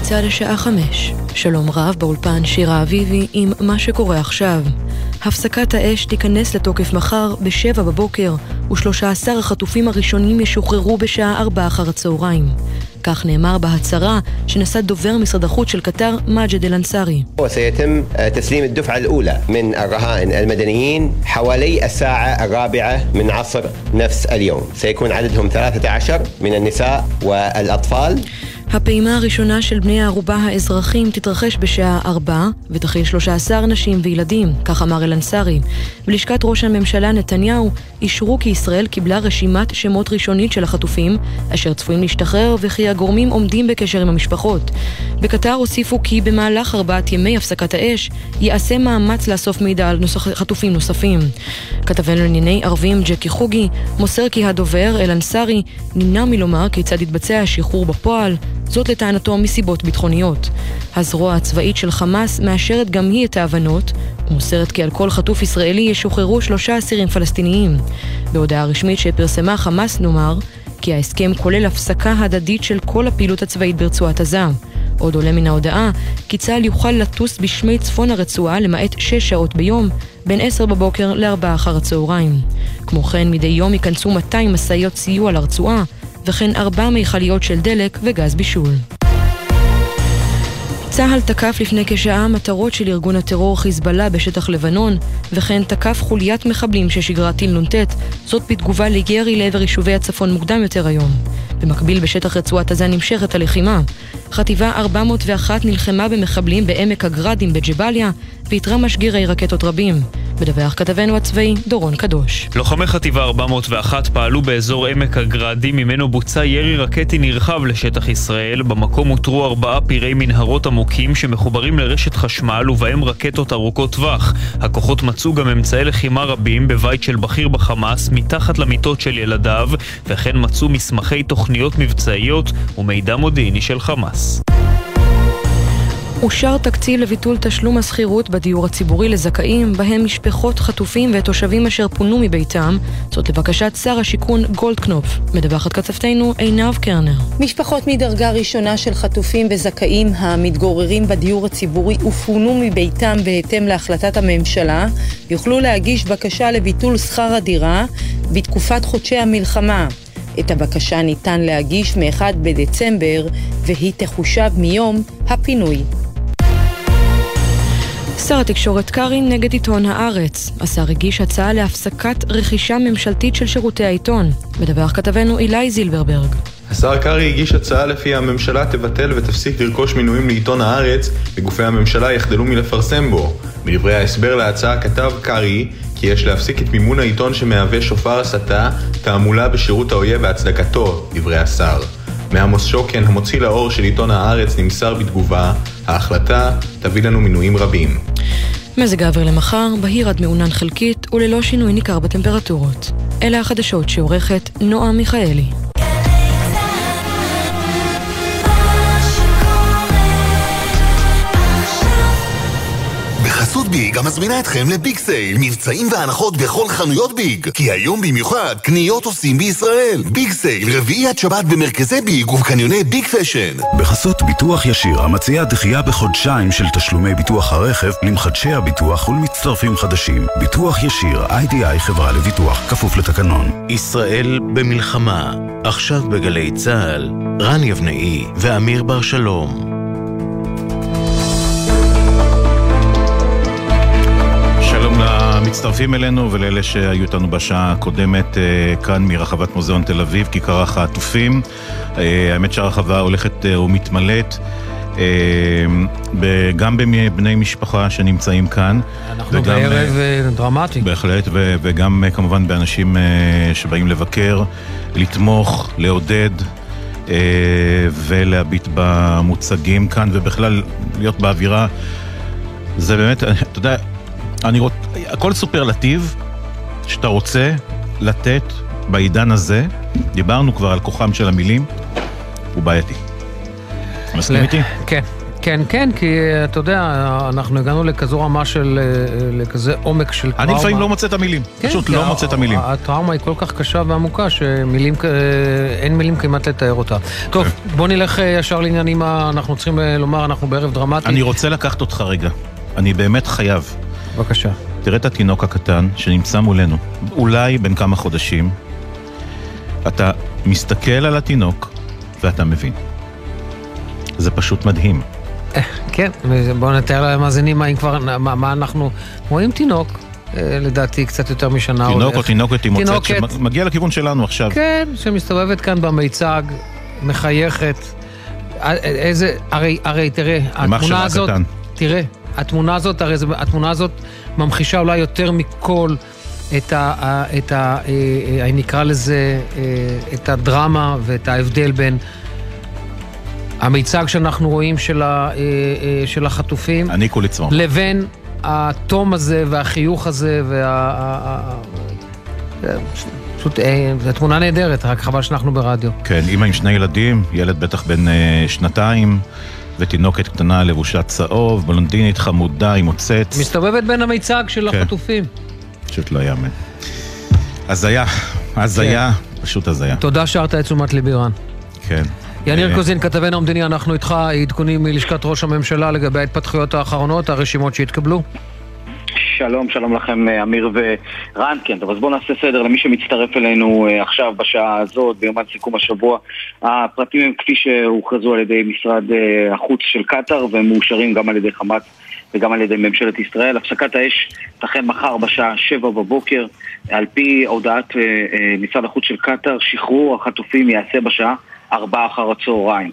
צה"ל לשעה 5. שלום רב, באולפן שירה אביבי עם מה שקורה עכשיו. הפסקת האש תיכנס לתוקף מחר ב-7 בבוקר, ו13 החטופים הראשונים ישוחררו בשעה 4 אחר הצהריים. כך נאמר בהצהרה שנשא דובר משרד החוץ של קטר מג'ד אל-אנסארי. وسيتم تسليم الدفعة الأولى من الرهائن المدنيين حوالي الساعة 4 من عصر نفس اليوم. سيكون عددهم 13 من النساء والأطفال. הפעימה הראשונה של בני הערובה האזרחים תתרחש בשעה 4 ותכיל 13 נשים וילדים, כך אמר אל-אנסארי. בלשכת ראש הממשלה נתניהו אישרו כי ישראל קיבלה רשימת שמות ראשונית של החטופים אשר צפויים להשתחרר וכי הגורמים עומדים בקשר עם המשפחות. בקטר הוסיפו כי במהלך 4 ימי הפסקת האש יעשה מאמץ לאסוף מידע על חטופים נוספים. כתבנו לענייני ערבים ג'קי חוגי מוסר כי הדובר אל-אנסארי נמנע מלומר כיצד יתבצע השחרור בפועל, זאת לטענתו מסיבות ביטחוניות. הזרוע הצבאית של חמאס מאשרת גם היא את ההבנות, ומוסרת כי על כל חטוף ישראלי ישוחררו 3 אסירים פלסטיניים. בהודעה רשמית שפרסמה חמאס נאמר כי ההסכם כולל הפסקה הדדית של כל הפעילות הצבאית ברצועת עזה. עוד עולה מן ההודעה כי צה"ל יוכל לטוס בשמי צפון הרצועה למעט 6 שעות ביום, בין 10 בבוקר ל4 אחר הצהריים. כמו כן, מדי יום ייכנסו 200 מסעיות סיוע לרצועה, וכן 4 מכליות של דלק וגז בישול. צה"ל תקף לפני כשעה מטרות של ארגון הטרור חיזבאללה בשטח לבנון, וכן תקף חוליית מחבלים ששגרה טיל נ"ט, זאת בתגובה לירי לעבר יישובי הצפון מוקדם יותר היום. במקביל בשטח רצועת עזה נמשכת הלחימה. חטיבה 401 נלחמה במחבלים בעמק הגרדים בג'באליה, ויתרה משגירי רקטות רבים. מדווח כתבנו הצבאי דורון קדוש. לוחמי חטיבה 401 פעלו באזור עמק הגרדים, ממנו בוצע ירי רקטי נרחב לשטח ישראל. במקום הותרו 4 פירי מנהרות עמוקים שמחוברים לרשת חשמל ובהם רקטות ארוכות טווח. הכוחות מצאו גם אמצעי לחימה רבים בבית של בכיר בחמאס מתחת למיטות של ילדיו, וכן מצאו מסמכי תוכניות מבצעיות ומידע מודיעיני של חמאס. אושר תקציב לביטול תשלום השכירות בדיור הציבורי לזכאים, בהם משפחות חטופים ותושבים אשר פונו מביתם, זאת לבקשת שר השיכון גולדקנופ. מדווחת כתבתנו עינב קרנר. משפחות מדרגה ראשונה של חטופים וזכאים המתגוררים בדיור הציבורי ופונו מביתם בהתאם להחלטת הממשלה, יוכלו להגיש בקשה לביטול שכר הדירה בתקופת חודשי המלחמה. את הבקשה ניתן להגיש מ-1 בדצמבר והיא תחושב מיום הפינוי. שר התקשורת קרין נגד עיתון הארץ. השר הגיש הצעה להפסקת רכישה ממשלתית של שירותי העיתון. מדווח כתבנו אילי זילברברג. השר קרי הגיש הצעה לפי הממשלה תבטל ותפסיק לרכוש מינויים לעיתון הארץ, וגופי הממשלה יחדלו מלפרסם בו. בדברי ההסבר להצעה כתב קרי כי יש להפסיק את מימון העיתון שמהווה שופר הסתה, תעמולה בשירות האויב והצדקתו, דברי השר. מעמוס שוקן, המוציא לאור של עיתון הארץ, נמסר בתגובה, ההחלטה תביא לנו מינויים רבים. מזג האוויר למחר, בהיר עד מעונן חלקית וללא שינוי ניכר בטמפרטורות. אלה החדשות שעורכת נועה מיכאלי. בחסות ביג המזמינה אתכם לביג סייל, מבצעים והנחות בכל חנויות ביג, כי היום במיוחד קניות עושים בישראל. ביג סייל, רביעי עד שבת במרכזי ביג ובקניוני ביג פשן. בחסות ביטוח ישיר, המציע דחייה בחודשיים של תשלומי ביטוח הרכב למחדשי הביטוח ולמצטרפים חדשים. ביטוח ישיר, IDI חברה לביטוח, כפוף לתקנון. ישראל במלחמה, עכשיו בגלי צה"ל, רן יבנאי ואמיר בר שלום. מצטרפים אלינו ולאלה שהיו איתנו בשעה הקודמת כאן מרחבת מוזיאון תל אביב, כיכר החטופים. האמת שהרחבה הולכת ומתמלאת, גם בבני משפחה שנמצאים כאן. אנחנו בערב דרמטי. בהחלט, וגם כמובן באנשים שבאים לבקר, לתמוך, לעודד ולהביט במוצגים כאן, ובכלל להיות באווירה. זה באמת, אתה יודע, הכל סופרלטיב שאתה רוצה לתת בעידן הזה, דיברנו כבר על כוחם של המילים, הוא בעייתי. מסכים איתי? כן. כן, כן, כי אתה יודע, אנחנו הגענו לכזו רמה של, לכזה עומק של טראומה. אני לפעמים לא מוצא את המילים, פשוט לא מוצא את המילים. הטראומה היא כל כך קשה ועמוקה, שאין מילים כמעט לתאר אותה. טוב, בוא נלך ישר לעניינים, אנחנו צריכים לומר, אנחנו בערב דרמטי. אני רוצה לקחת אותך רגע, אני באמת חייב. בבקשה. תראה את התינוק הקטן שנמצא מולנו, אולי בין כמה חודשים. אתה מסתכל על התינוק ואתה מבין. זה פשוט מדהים. כן, בואו נתאר למאזינים מה אנחנו רואים. תינוק, לדעתי קצת יותר משנה. תינוק או תינוקת עם מוצאת שמגיע לכיוון שלנו עכשיו. כן, שמסתובבת כאן במיצג, מחייכת. הרי תראה, התמונה הזאת, תראה, התמונה הזאת ממחישה אולי יותר מכל אני נקרא לזה, את הדרמה ואת ההבדל בין המיצג שאנחנו רואים של החטופים, אני כולי צמר, לבין התום הזה והחיוך הזה פשוט, זו תמונה נהדרת, רק חבל שאנחנו ברדיו. כן, אמא עם שני ילדים, ילד בטח בן 2, ותינוקת קטנה לבושת צהוב, בלונדינית חמודה עם מוצץ. מסתובבת בין המיצג של החטופים. פשוט לא יאמן. הזיה, פשוט הזיה. תודה שרת את תשומת ליבי, רן. כן. יניר קוזין, כתבנו המדיני, אנחנו איתך, עדכונים מלשכת ראש הממשלה לגבי ההתפתחויות האחרונות, הרשימות שהתקבלו. שלום לכם, אמיר ורן. כן, טוב, אז בואו נעשה סדר למי שמצטרף אלינו עכשיו בשעה הזאת, ביומן סיכום השבוע. הפרטים הם כפי שהוכרזו על ידי משרד החוץ של קטר, והם מאושרים גם על ידי חמאס וגם על ידי ממשלת ישראל. הפסקת האש תחל מחר בשעה 7 בבוקר. על פי הודעת משרד החוץ של קטר, שחרור החטופים יעשה בשעה 4 אחר הצהריים.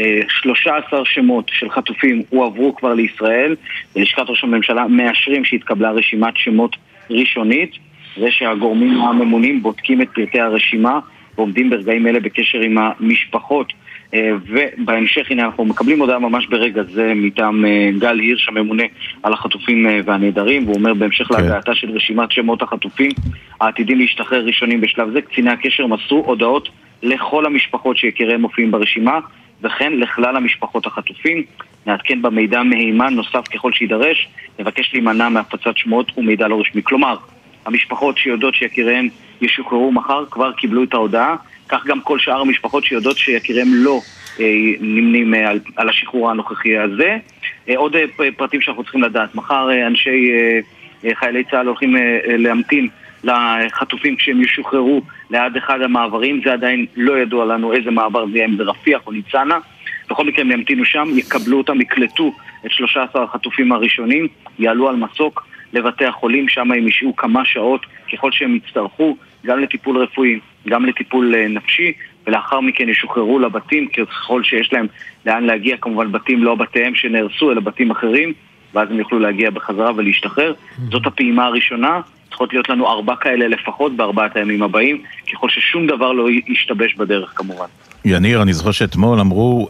13 שמות של חטופים הועברו כבר לישראל, ולשכת ראש הממשלה מאשרים שהתקבלה רשימת שמות ראשונית. זה שהגורמים הממונים בודקים את פרטי הרשימה ועומדים ברגעים אלה בקשר עם המשפחות. ובהמשך, הנה, אנחנו מקבלים הודעה ממש ברגע זה מטעם גל הירש, הממונה על החטופים והנעדרים, והוא אומר בהמשך להגעתה של רשימת שמות החטופים העתידים להשתחרר ראשונים בשלב זה, קציני הקשר מסרו הודעות לכל המשפחות שיקיריהם מופיעים ברשימה, וכן לכלל המשפחות החטופים. נעדכן במידע מהימן נוסף ככל שידרש, נבקש להימנע מהפצת שמות ומידע לא רשמי. כלומר, המשפחות שיודעות שיקיריהם ישוחררו מחר כבר קיבלו את ההודעה, כך גם כל שאר המשפחות שיודעות שיקיריהם לא נמנים על השחרור הנוכחי הזה. עוד פרטים שאנחנו צריכים לדעת, מחר אנשי חיילי צה"ל הולכים להמתין לחטופים כשהם ישוחררו ליד אחד המעברים. זה עדיין לא ידוע לנו איזה מעבר זה, אם זה רפיח או ניצנה. בכל מקרה הם ימתינו שם, יקבלו אותם, יקלטו את 13 החטופים הראשונים, יעלו על מסוק לבתי החולים, שם הם ישעו כמה שעות ככל שהם יצטרכו, גם לטיפול רפואי, גם לטיפול נפשי, ולאחר מכן ישוחררו לבתים ככל שיש להם לאן להגיע, כמובן בתים לא בתיהם שנהרסו אלא בתים אחרים, ואז הם יוכלו להגיע בחזרה ולהשתחרר. זאת הפעימה הראשונה, צריכות להיות לנו 4 כאלה לפחות ב4 הימים הבאים, ככל ששום דבר לא ישתבש בדרך כמובן. יניר, אני זוכר שאתמול אמרו,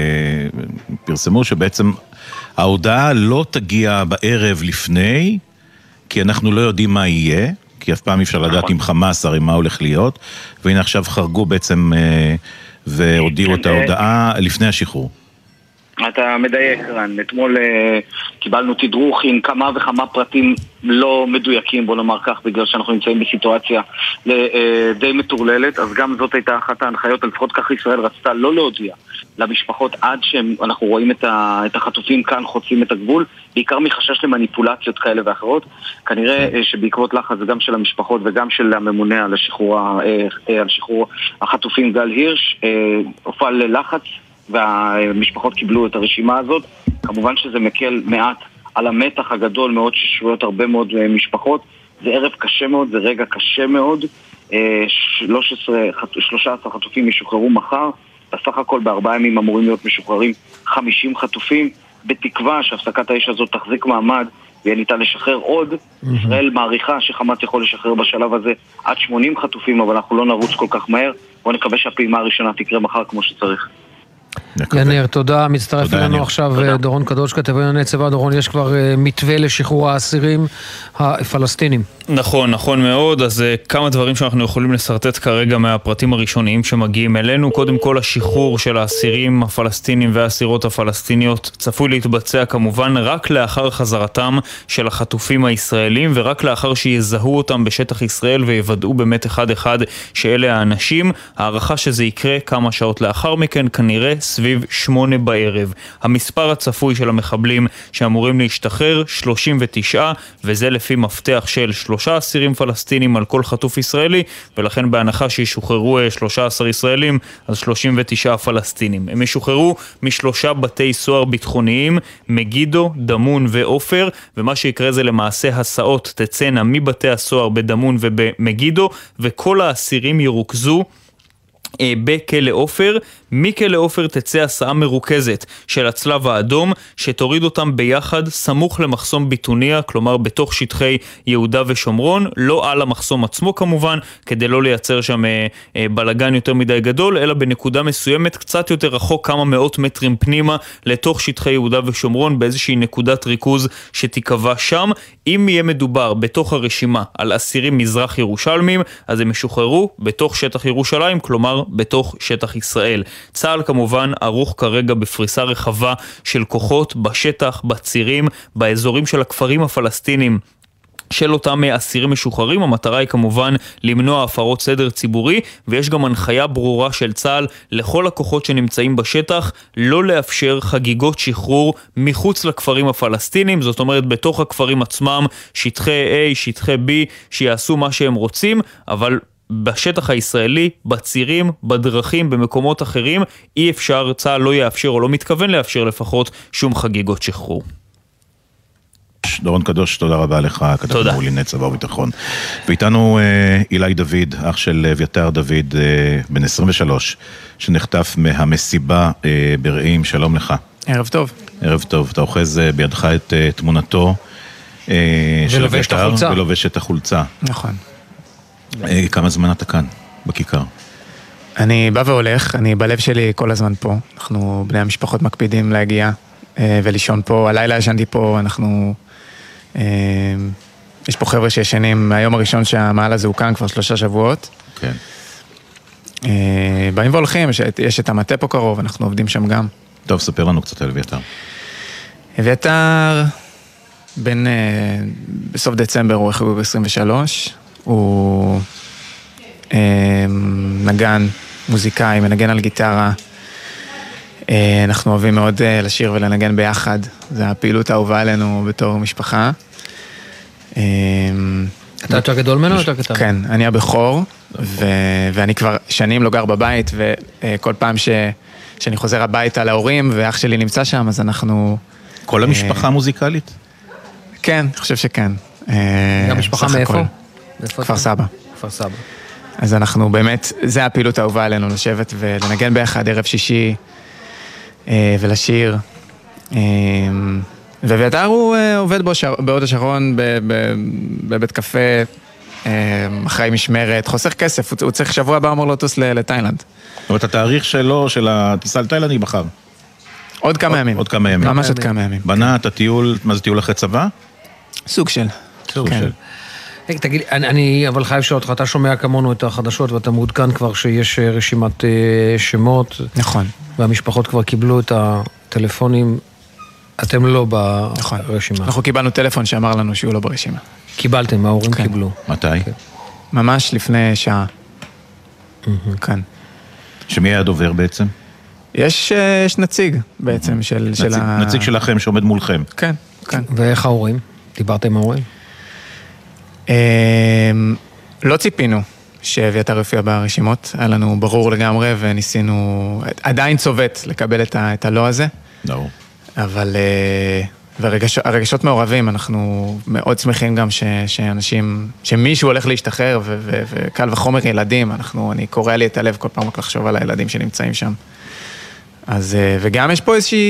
פרסמו שבעצם ההודעה לא תגיע בערב לפני, כי אנחנו לא יודעים מה יהיה, כי אף פעם אי אפשר לדעת עם חמאס הרי מה הולך להיות, והנה עכשיו חרגו בעצם והודיעו את ההודעה לפני השחרור. אתה מדייק, רן. אתמול קיבלנו תדרוך עם כמה וכמה פרטים לא מדויקים, בוא נאמר כך, בגלל שאנחנו נמצאים בסיטואציה די מטורללת. אז גם זאת הייתה אחת ההנחיות, לפחות כך ישראל רצתה לא להודיע למשפחות עד שאנחנו רואים את החטופים כאן חוצים את הגבול, בעיקר מחשש למניפולציות כאלה ואחרות. כנראה שבעקבות לחץ גם של המשפחות וגם של הממונה על שחרור החטופים גל הירש, הופעל לחץ והמשפחות קיבלו את הרשימה הזאת. כמובן שזה מקל מעט על המתח הגדול מאוד ששויות הרבה מאוד משפחות. זה ערב קשה מאוד, זה רגע קשה מאוד. 13 חטופים ישוחררו מחר, בסך הכל ב4 ימים אמורים להיות משוחררים 50 חטופים, בתקווה שהפסקת האש הזאת תחזיק מעמד ויהיה ניתן לשחרר עוד. ישראל מעריכה שחמאס יכול לשחרר בשלב הזה עד 80 חטופים, אבל אנחנו לא נרוץ כל כך מהר. בואו נקווה שהפעימה הראשונה תקרה מחר כמו שצריך. יניר, תודה. מצטרף אלינו עכשיו דורון קדוש, כתב ענייני צבא. דורון, יש כבר מתווה לשחרור האסירים הפלסטינים. נכון מאוד. אז כמה דברים שאנחנו יכולים לסרטט כרגע מהפרטים הראשוניים שמגיעים אלינו. קודם כל, השחרור של האסירים הפלסטינים והאסירות הפלסטיניות צפוי להתבצע כמובן רק לאחר חזרתם של החטופים הישראלים, ורק לאחר שיזהו אותם בשטח ישראל ויוודאו באמת אחד שאלה האנשים. הערכה שזה יקרה כמה שעות לאחר מכן, כנראה סביב 8 בערב. המספר הצפוי של המחבלים שאמורים להשתחרר 39, וזה לפי מפתח של 3 אסירים פלסטינים על כל חטוף ישראלי, ולכן בהנחה שישוחררו 13 ישראלים, אז 39 פלסטינים. הם ישוחררו מ3 בתי סוהר ביטחוניים, מגידו, דמון ואופר, ומה שיקרה זה למעשה הסעות תצאנה מבתי הסוהר בדמון ובמגידו, וכל האסירים ירוכזו בכלא אופר. מכלא אופר תצא הסעה מרוכזת של הצלב האדום שתוריד אותם ביחד סמוך למחסום ביטוניה, כלומר בתוך שטחי יהודה ושומרון, לא על המחסום עצמו כמובן, כדי לא לייצר שם בלגן יותר מדי גדול, אלא בנקודה מסוימת קצת יותר רחוק, כמה מאות מטרים פנימה לתוך שטחי יהודה ושומרון, באיזושהי נקודת ריכוז שתיקבע שם. אם יהיה מדובר בתוך הרשימה על אסירים מזרח ירושלמים, אז הם ישוחררו בתוך שטח ירושלים, כלומר בתוך שטח ישראל. צה"ל כמובן ערוך כרגע בפריסה רחבה של כוחות בשטח, בצירים, באזורים של הכפרים הפלסטינים של אותם אסירים משוחררים. המטרה היא כמובן למנוע הפרות סדר ציבורי, ויש גם הנחיה ברורה של צה"ל לכל הכוחות שנמצאים בשטח לא לאפשר חגיגות שחרור מחוץ לכפרים הפלסטינים, זאת אומרת בתוך הכפרים עצמם, שטחי A, שטחי B, שיעשו מה שהם רוצים, אבל בשטח הישראלי, בצירים, בדרכים, במקומות אחרים, אי אפשר, צה"ל לא יאפשר או לא מתכוון לאפשר לפחות שום חגיגות שחרור. דורון קדוש, תודה רבה לך, כתב מעוליני צבא וביטחון. ואיתנו אילי דוד, אח של אביתר דוד, בן 23, שנחטף מהמסיבה ברעים. שלום לך. ערב טוב. ערב טוב. אתה אוחז בידך את תמונתו של אביתר ולובש את החולצה. נכון. כמה זמן אתה כאן, בכיכר? אני בא והולך, אני בלב שלי כל הזמן פה. אנחנו בני המשפחות מקפידים להגיע ולישון פה. הלילה ישנתי פה, אנחנו... יש פה חבר'ה שישנים מהיום הראשון שהמעל הזה הוא כאן כבר 3 שבועות. כן. באים והולכים, יש את המטה פה קרוב, אנחנו עובדים שם גם. טוב, ספר לנו קצת על אביתר. אביתר, בסוף דצמבר הוא חגוג 23, הוא נגן, מוזיקאי, מנגן על גיטרה. אנחנו אוהבים מאוד לשיר ולנגן ביחד. זה הפעילות האהובה עלינו בתור משפחה. אתה יותר גדול ממנו או יותר קטן? כן, אני הבכור, ואני כבר שנים לא גר בבית, וכל פעם שאני חוזר הביתה להורים, ואח שלי נמצא שם, אז אנחנו... כל המשפחה מוזיקלית? כן, אני חושב שכן. גם משפחה מאיפה? כפר סבא. כפר סבא. אז אנחנו באמת, זה הפעילות האהובה עלינו, לשבת ולנגן ביחד ערב שישי, ולשיר. ואביתר הוא עובד בהוד השרון בבית קפה, אחרי משמרת, חוסך כסף, הוא צריך שבוע הבא אמור לטוס לתאילנד. זאת אומרת, התאריך שלו, של הטיסה לתאילנד, היא מחר. עוד כמה ימים. עוד כמה ימים. ממש עוד כמה ימים. בנה את הטיול, מה זה טיול אחרי צבא? סוג של. סוג של. תגיד, אני אבל חייב שאותך, אתה שומע כמונו את החדשות ואתה מעודכן כבר שיש רשימת שמות. נכון. והמשפחות כבר קיבלו את הטלפונים, אתם לא ברשימה. אנחנו קיבלנו טלפון שאמר לנו שהוא לא ברשימה. קיבלתם, ההורים קיבלו. מתי? ממש לפני שעה. כאן. שמי היה הדובר בעצם? יש נציג בעצם של נציג שלכם שעומד מולכם. כן, כן. ואיך ההורים? דיברת עם ההורים? לא ציפינו שאביתר יופיע ברשימות, היה לנו ברור לגמרי וניסינו, עדיין צובט לקבל את הלא הזה. לא. אבל, והרגשות מעורבים, אנחנו מאוד שמחים גם שאנשים, שמישהו הולך להשתחרר וקל וחומר ילדים, אני קורא לי את הלב כל פעם רק לחשוב על הילדים שנמצאים שם. אז, וגם יש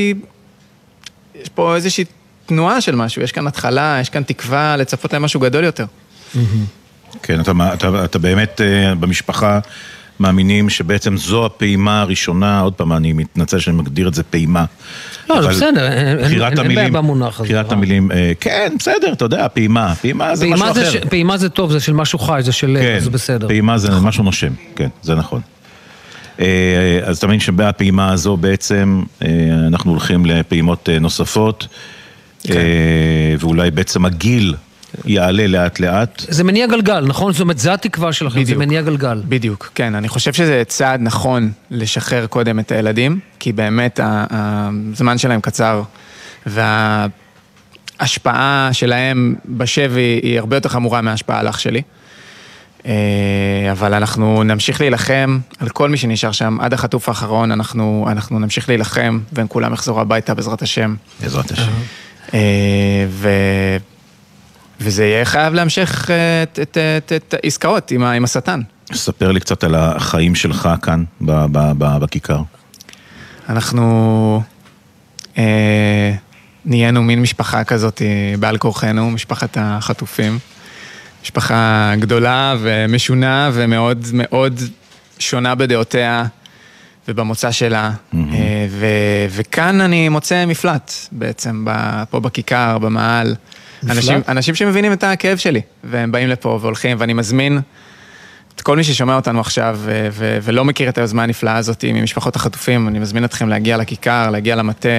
פה איזושהי תנועה של משהו, יש כאן התחלה, יש כאן תקווה לצפות להם משהו גדול יותר. כן, אתה באמת במשפחה מאמינים שבעצם זו הפעימה הראשונה, עוד פעם אני מתנצל שאני מגדיר את זה פעימה. לא, זה בסדר, אין בעיה במונח הזה. בחירת המילים, כן, בסדר, אתה יודע, פעימה זה משהו אחר. פעימה זה טוב, זה של משהו חי, זה של זה בסדר. פעימה זה משהו נושם, כן, זה נכון. אז תמיד שבפעימה הזו בעצם אנחנו הולכים לפעימות נוספות, ואולי בעצם הגיל יעלה לאט לאט. זה מניע גלגל, נכון? זאת אומרת, זה התקווה שלכם, בדיוק. זה מניע גלגל. בדיוק, כן. אני חושב שזה צעד נכון לשחרר קודם את הילדים, כי באמת הזמן שלהם קצר, וההשפעה שלהם בשבי היא הרבה יותר חמורה מההשפעה על אח שלי. אבל אנחנו נמשיך להילחם על כל מי שנשאר שם, עד החטוף האחרון אנחנו נמשיך להילחם, והם כולם יחזרו הביתה בעזרת השם. בעזרת השם. וזה יהיה חייב להמשיך את העסקאות עם השטן. ספר לי קצת על החיים שלך כאן, בכיכר. אנחנו נהיינו מין משפחה כזאת בעל כורחנו, משפחת החטופים. משפחה גדולה ומשונה ומאוד מאוד שונה בדעותיה ובמוצא שלה. וכאן אני מוצא מפלט בעצם, פה בכיכר, במעל. אנשים שמבינים את הכאב שלי, והם באים לפה והולכים, ואני מזמין את כל מי ששומע אותנו עכשיו, ולא מכיר את היוזמה הנפלאה הזאת ממשפחות החטופים, אני מזמין אתכם להגיע לכיכר, להגיע למטה.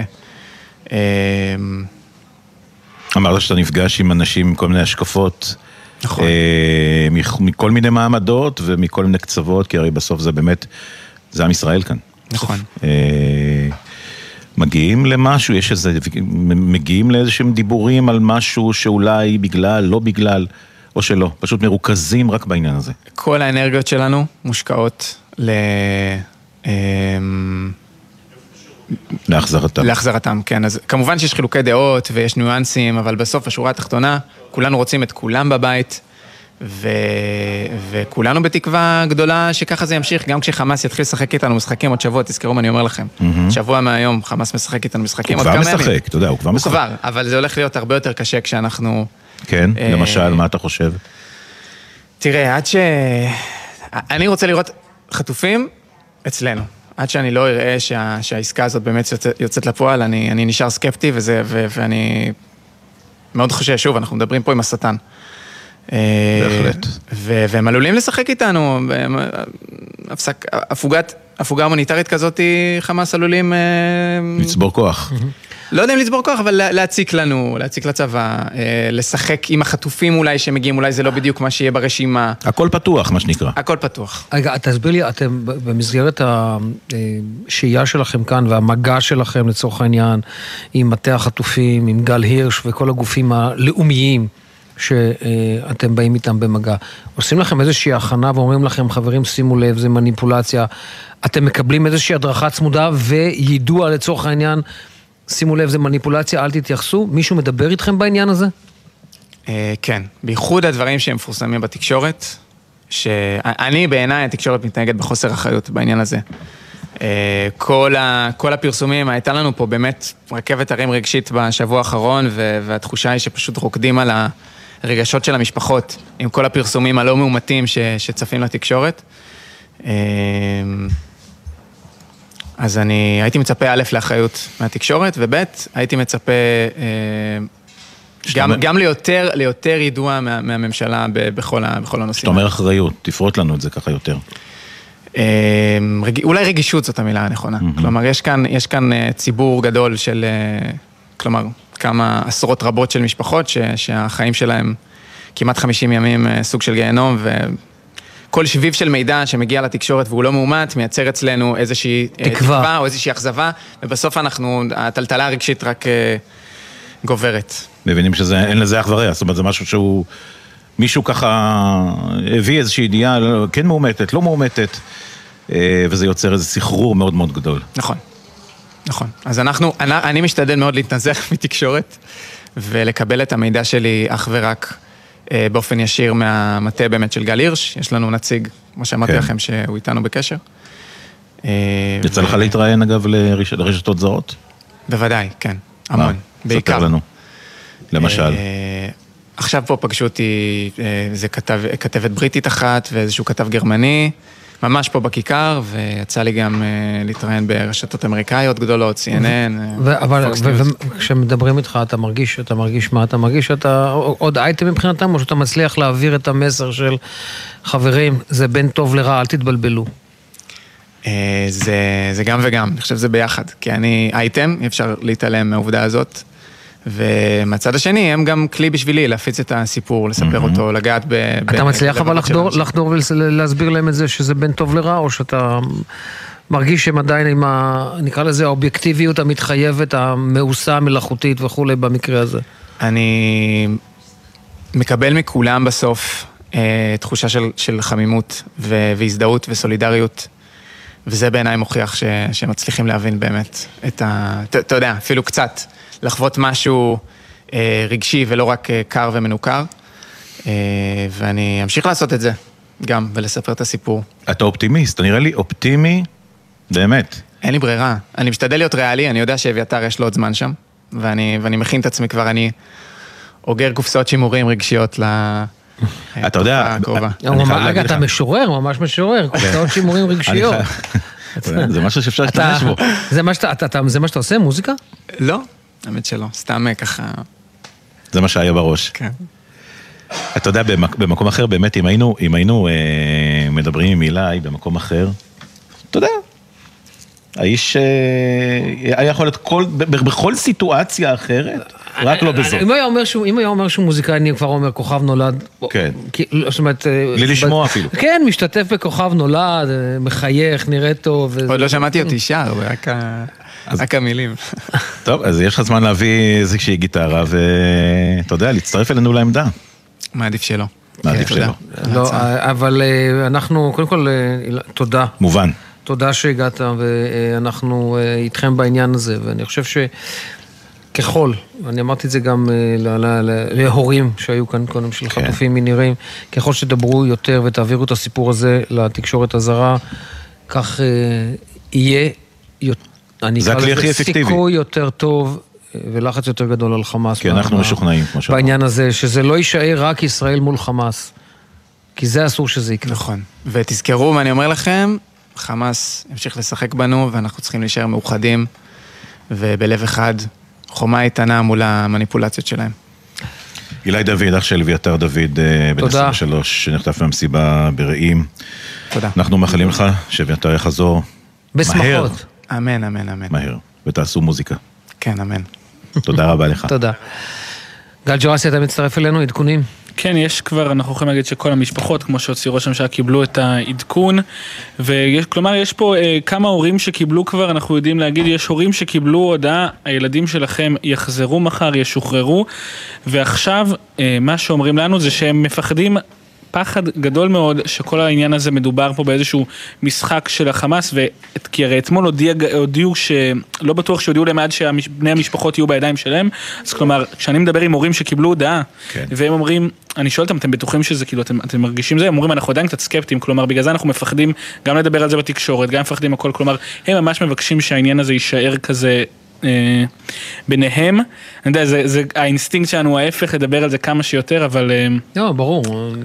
אמרת שאתה נפגש עם אנשים עם כל מיני השקפות, נכון. מכל מיני מעמדות ומכל מיני קצוות, כי הרי בסוף זה באמת, זה עם ישראל כאן. נכון. מגיעים למשהו, מגיעים לאיזשהם דיבורים על משהו שאולי בגלל, לא בגלל, או שלא, פשוט מרוכזים רק בעניין הזה. כל האנרגיות שלנו מושקעות להחזרתם, כן. אז כמובן שיש חילוקי דעות ויש ניואנסים, אבל בסוף השורה התחתונה, כולנו רוצים את כולם בבית, וכולנו בתקווה גדולה שככה זה ימשיך, גם כשחמאס יתחיל לשחק איתנו משחקים עוד שבוע, תזכרו מה אני אומר לכם, שבוע מהיום חמאס משחק איתנו משחקים עוד כמה ימים. הוא כבר משחק, אתה יודע, הוא כבר משחק. הוא כבר, אבל זה הולך להיות הרבה יותר קשה כשאנחנו... כן, למשל, מה אתה חושב? תראה, אני רוצה לראות חטופים אצלנו. עד שאני לא אראה שהעסקה הזאת באמת יוצאת לפועל, אני נשאר סקפטי, ואני מאוד חושב, שוב, אנחנו מדברים פה עם השטן. בהחלט. והם עלולים לשחק איתנו, הפוגה הומניטרית כזאת, חמאס עלולים... לצבור כוח. לא יודע אם לצבור כוח, אבל להציק לנו, להציק לצבא, לשחק עם החטופים אולי שמגיעים, אולי זה לא בדיוק מה שיהיה ברשימה. הכל פתוח, מה שנקרא. הכל פתוח. רגע, תסביר לי, אתם במסגרת השהייה שלכם כאן, והמגע שלכם לצורך העניין, עם מטה החטופים, עם גל הירש וכל הגופים הלאומיים, שאתם באים איתם במגע. עושים לכם איזושהי הכנה ואומרים לכם, חברים, שימו לב, זה מניפולציה. אתם מקבלים איזושהי הדרכה צמודה וידוע לצורך העניין, שימו לב, זה מניפולציה, אל תתייחסו. מישהו מדבר איתכם בעניין הזה? כן. בייחוד הדברים שהם מפורסמים בתקשורת, שאני בעיניי התקשורת מתנהגת בחוסר אחריות בעניין הזה. כל הפרסומים, הייתה לנו פה באמת רכבת הרים רגשית בשבוע האחרון, והתחושה היא שפשוט רוקדים על הרגשות של המשפחות, עם כל הפרסומים הלא מאומתים שצפים לתקשורת. אז אני הייתי מצפה א' לאחריות מהתקשורת, וב' הייתי מצפה גם ליותר ידוע מהממשלה בכל הנושאים. זאת אומרת אחריות, תפרוט לנו את זה ככה יותר. אולי רגישות זאת המילה הנכונה. כלומר, יש כאן ציבור גדול של, כלומר, כמה עשרות רבות של משפחות שהחיים שלהם כמעט 50 ימים סוג של גיהנום, וכל שביב של מידע שמגיע לתקשורת והוא לא מאומת, מייצר אצלנו איזושהי תקווה או איזושהי אכזבה, ובסוף הטלטלה הרגשית רק גוברת. מבינים שאין לזה אח ורע, זאת אומרת, זה משהו שהוא... מישהו ככה הביא איזושהי ידיעה, כן מאומתת, לא מאומתת, וזה יוצר איזה סחרור מאוד מאוד גדול. נכון, נכון. אז אני משתדל מאוד להתנזך מתקשורת, ולקבל את המידע שלי אך ורק באופן ישיר מהמטה באמת של גל הירש. יש לנו נציג, כמו שאמרתי לכם, שהוא איתנו בקשר. יצא לך להתראיין אגב לרשתות זרות? בוודאי, כן, המון. ספר לנו, למשל. עכשיו פה פגשו אותי, זה כתבת בריטית אחת, ואיזשהו כתב גרמני, ממש פה בכיכר, ויצא לי גם להתראיין ברשתות אמריקאיות גדולות, CNN, אבל כשמדברים איתך, אתה מרגיש מה? אתה מרגיש שאתה עוד אייטם מבחינתם, או שאתה מצליח להעביר את המסר של חברים, זה בין טוב לרע, אל תתבלבלו. זה גם וגם, אני חושב שזה ביחד, כי אני אייטם, אי אפשר להתעלם מהעובדה הזאת, ומהצד השני, הם גם כלי בשבילי להפיץ את הסיפור, לספר אותו, לגעת אתה מצליח אבל לחדור ולהסביר להם את זה שזה בין טוב לרע, או שאתה מרגיש שהם עדיין עם נקרא לזה, האובייקטיביות המתחייבת, המאוסה, המלאכותית וכו' במקרה הזה? אני מקבל מכולם בסוף תחושה של חמימות והזדהות וסולידריות, וזה בעיניי מוכיח שמצליחים להבין באמת אתה יודע, אפילו קצת, לחוות משהו רגשי ולא רק קר ומנוכר, ואני אמשיך לעשות את זה גם, ולספר את הסיפור. אתה אופטימיסט, אתה נראה לי אופטימי, באמת. אין לי ברירה, אני משתדל להיות ריאלי, אני יודע שאביתר יש לו עוד זמן שם, ואני מכין את עצמי כבר, אני אוגר קופסאות שימורים רגשיות אתה יודע, רגע, אתה משורר, ממש משורר, קופסאות שימורים רגשיות. זה משהו שאפשר להשתמש בו. זה מה שאתה עושה, מוזיקה? לא, האמת שלא, סתם ככה. זה מה שהיה בראש. כן. אתה יודע, במקום אחר, באמת, אם היינו מדברים עם אילי במקום אחר, אתה יודע, האיש היה יכול להיות בכל סיטואציה אחרת, רק לא בזאת. אם היה אומר שהוא מוזיקאי, אני כבר אומר כוכב נולד. כן. זאת אומרת... בלי לשמוע אפילו. כן, משתתף בכוכב נולד, מחייך, נראה טוב. עוד לא שמעתי אותי שר, רק המילים. טוב, אז יש לך זמן להביא איזושהי גיטרה, ואתה יודע, להצטרף אלינו לעמדה. מעדיף שלא. מעדיף שלא. לא, אבל אנחנו, קודם כל, תודה. מובן. תודה שהגעת, ואנחנו איתכם בעניין הזה, ואני חושב שככל, אני אמרתי את זה גם להורים שהיו כאן קודם של חטופים מנירים, ככל שדברו יותר ותעבירו את הסיפור הזה לתקשורת הזרה, כך יהיה, אני אקרא לזה סיכוי יותר טוב, ולחץ יותר גדול על חמאס. כי אנחנו משוכנעים, כמו שאמרנו. בעניין הזה, שזה לא יישאר רק ישראל מול חמאס, כי זה אסור שזה יקרה. נכון, ותזכרו, ואני אומר לכם, חמאס ימשיך לשחק בנו, ואנחנו צריכים להישאר מאוחדים, ובלב אחד, חומה איתנה מול המניפולציות שלהם. אילי דוד, אח של אביתר דוד, בן 23, שנחטף מהמסיבה ברעים. תודה. אנחנו מאחלים לך שאביתר יחזור מהר. אמן, אמן, אמן. מהר, ותעשו מוזיקה. כן, אמן. תודה רבה לך. תודה. גל ג'רסי, אתה מצטרף אלינו, עדכונים? כן, יש כבר, אנחנו יכולים להגיד שכל המשפחות, כמו שהוציא ראש הממשלה, קיבלו את העדכון, וכלומר, יש פה כמה הורים שקיבלו כבר, אנחנו יודעים להגיד, יש הורים שקיבלו הודעה, הילדים שלכם יחזרו מחר, ישוחררו, ועכשיו, מה שאומרים לנו זה שהם מפחדים, פחד גדול מאוד שכל העניין הזה מדובר פה באיזשהו משחק של החמאס, כי הרי אתמול הודיעו שלא בטוח שהודיעו להם עד שבני המשפחות יהיו בידיים שלהם, אז כלומר, כשאני מדבר עם הורים שקיבלו הודעה, והם אומרים, אני שואל אותם, אתם בטוחים שזה, כאילו, אתם מרגישים זה? הם אומרים, אנחנו עדיין קצת סקפטיים, כלומר, בגלל זה אנחנו מפחדים גם לדבר על זה בתקשורת, גם מפחדים הכל, כלומר, הם ממש מבקשים שהעניין הזה יישאר כזה ביניהם. אני יודע, זה האינסטינקט שלנו ההפך, לדבר על זה כמה שיותר, אבל... לא, ברור.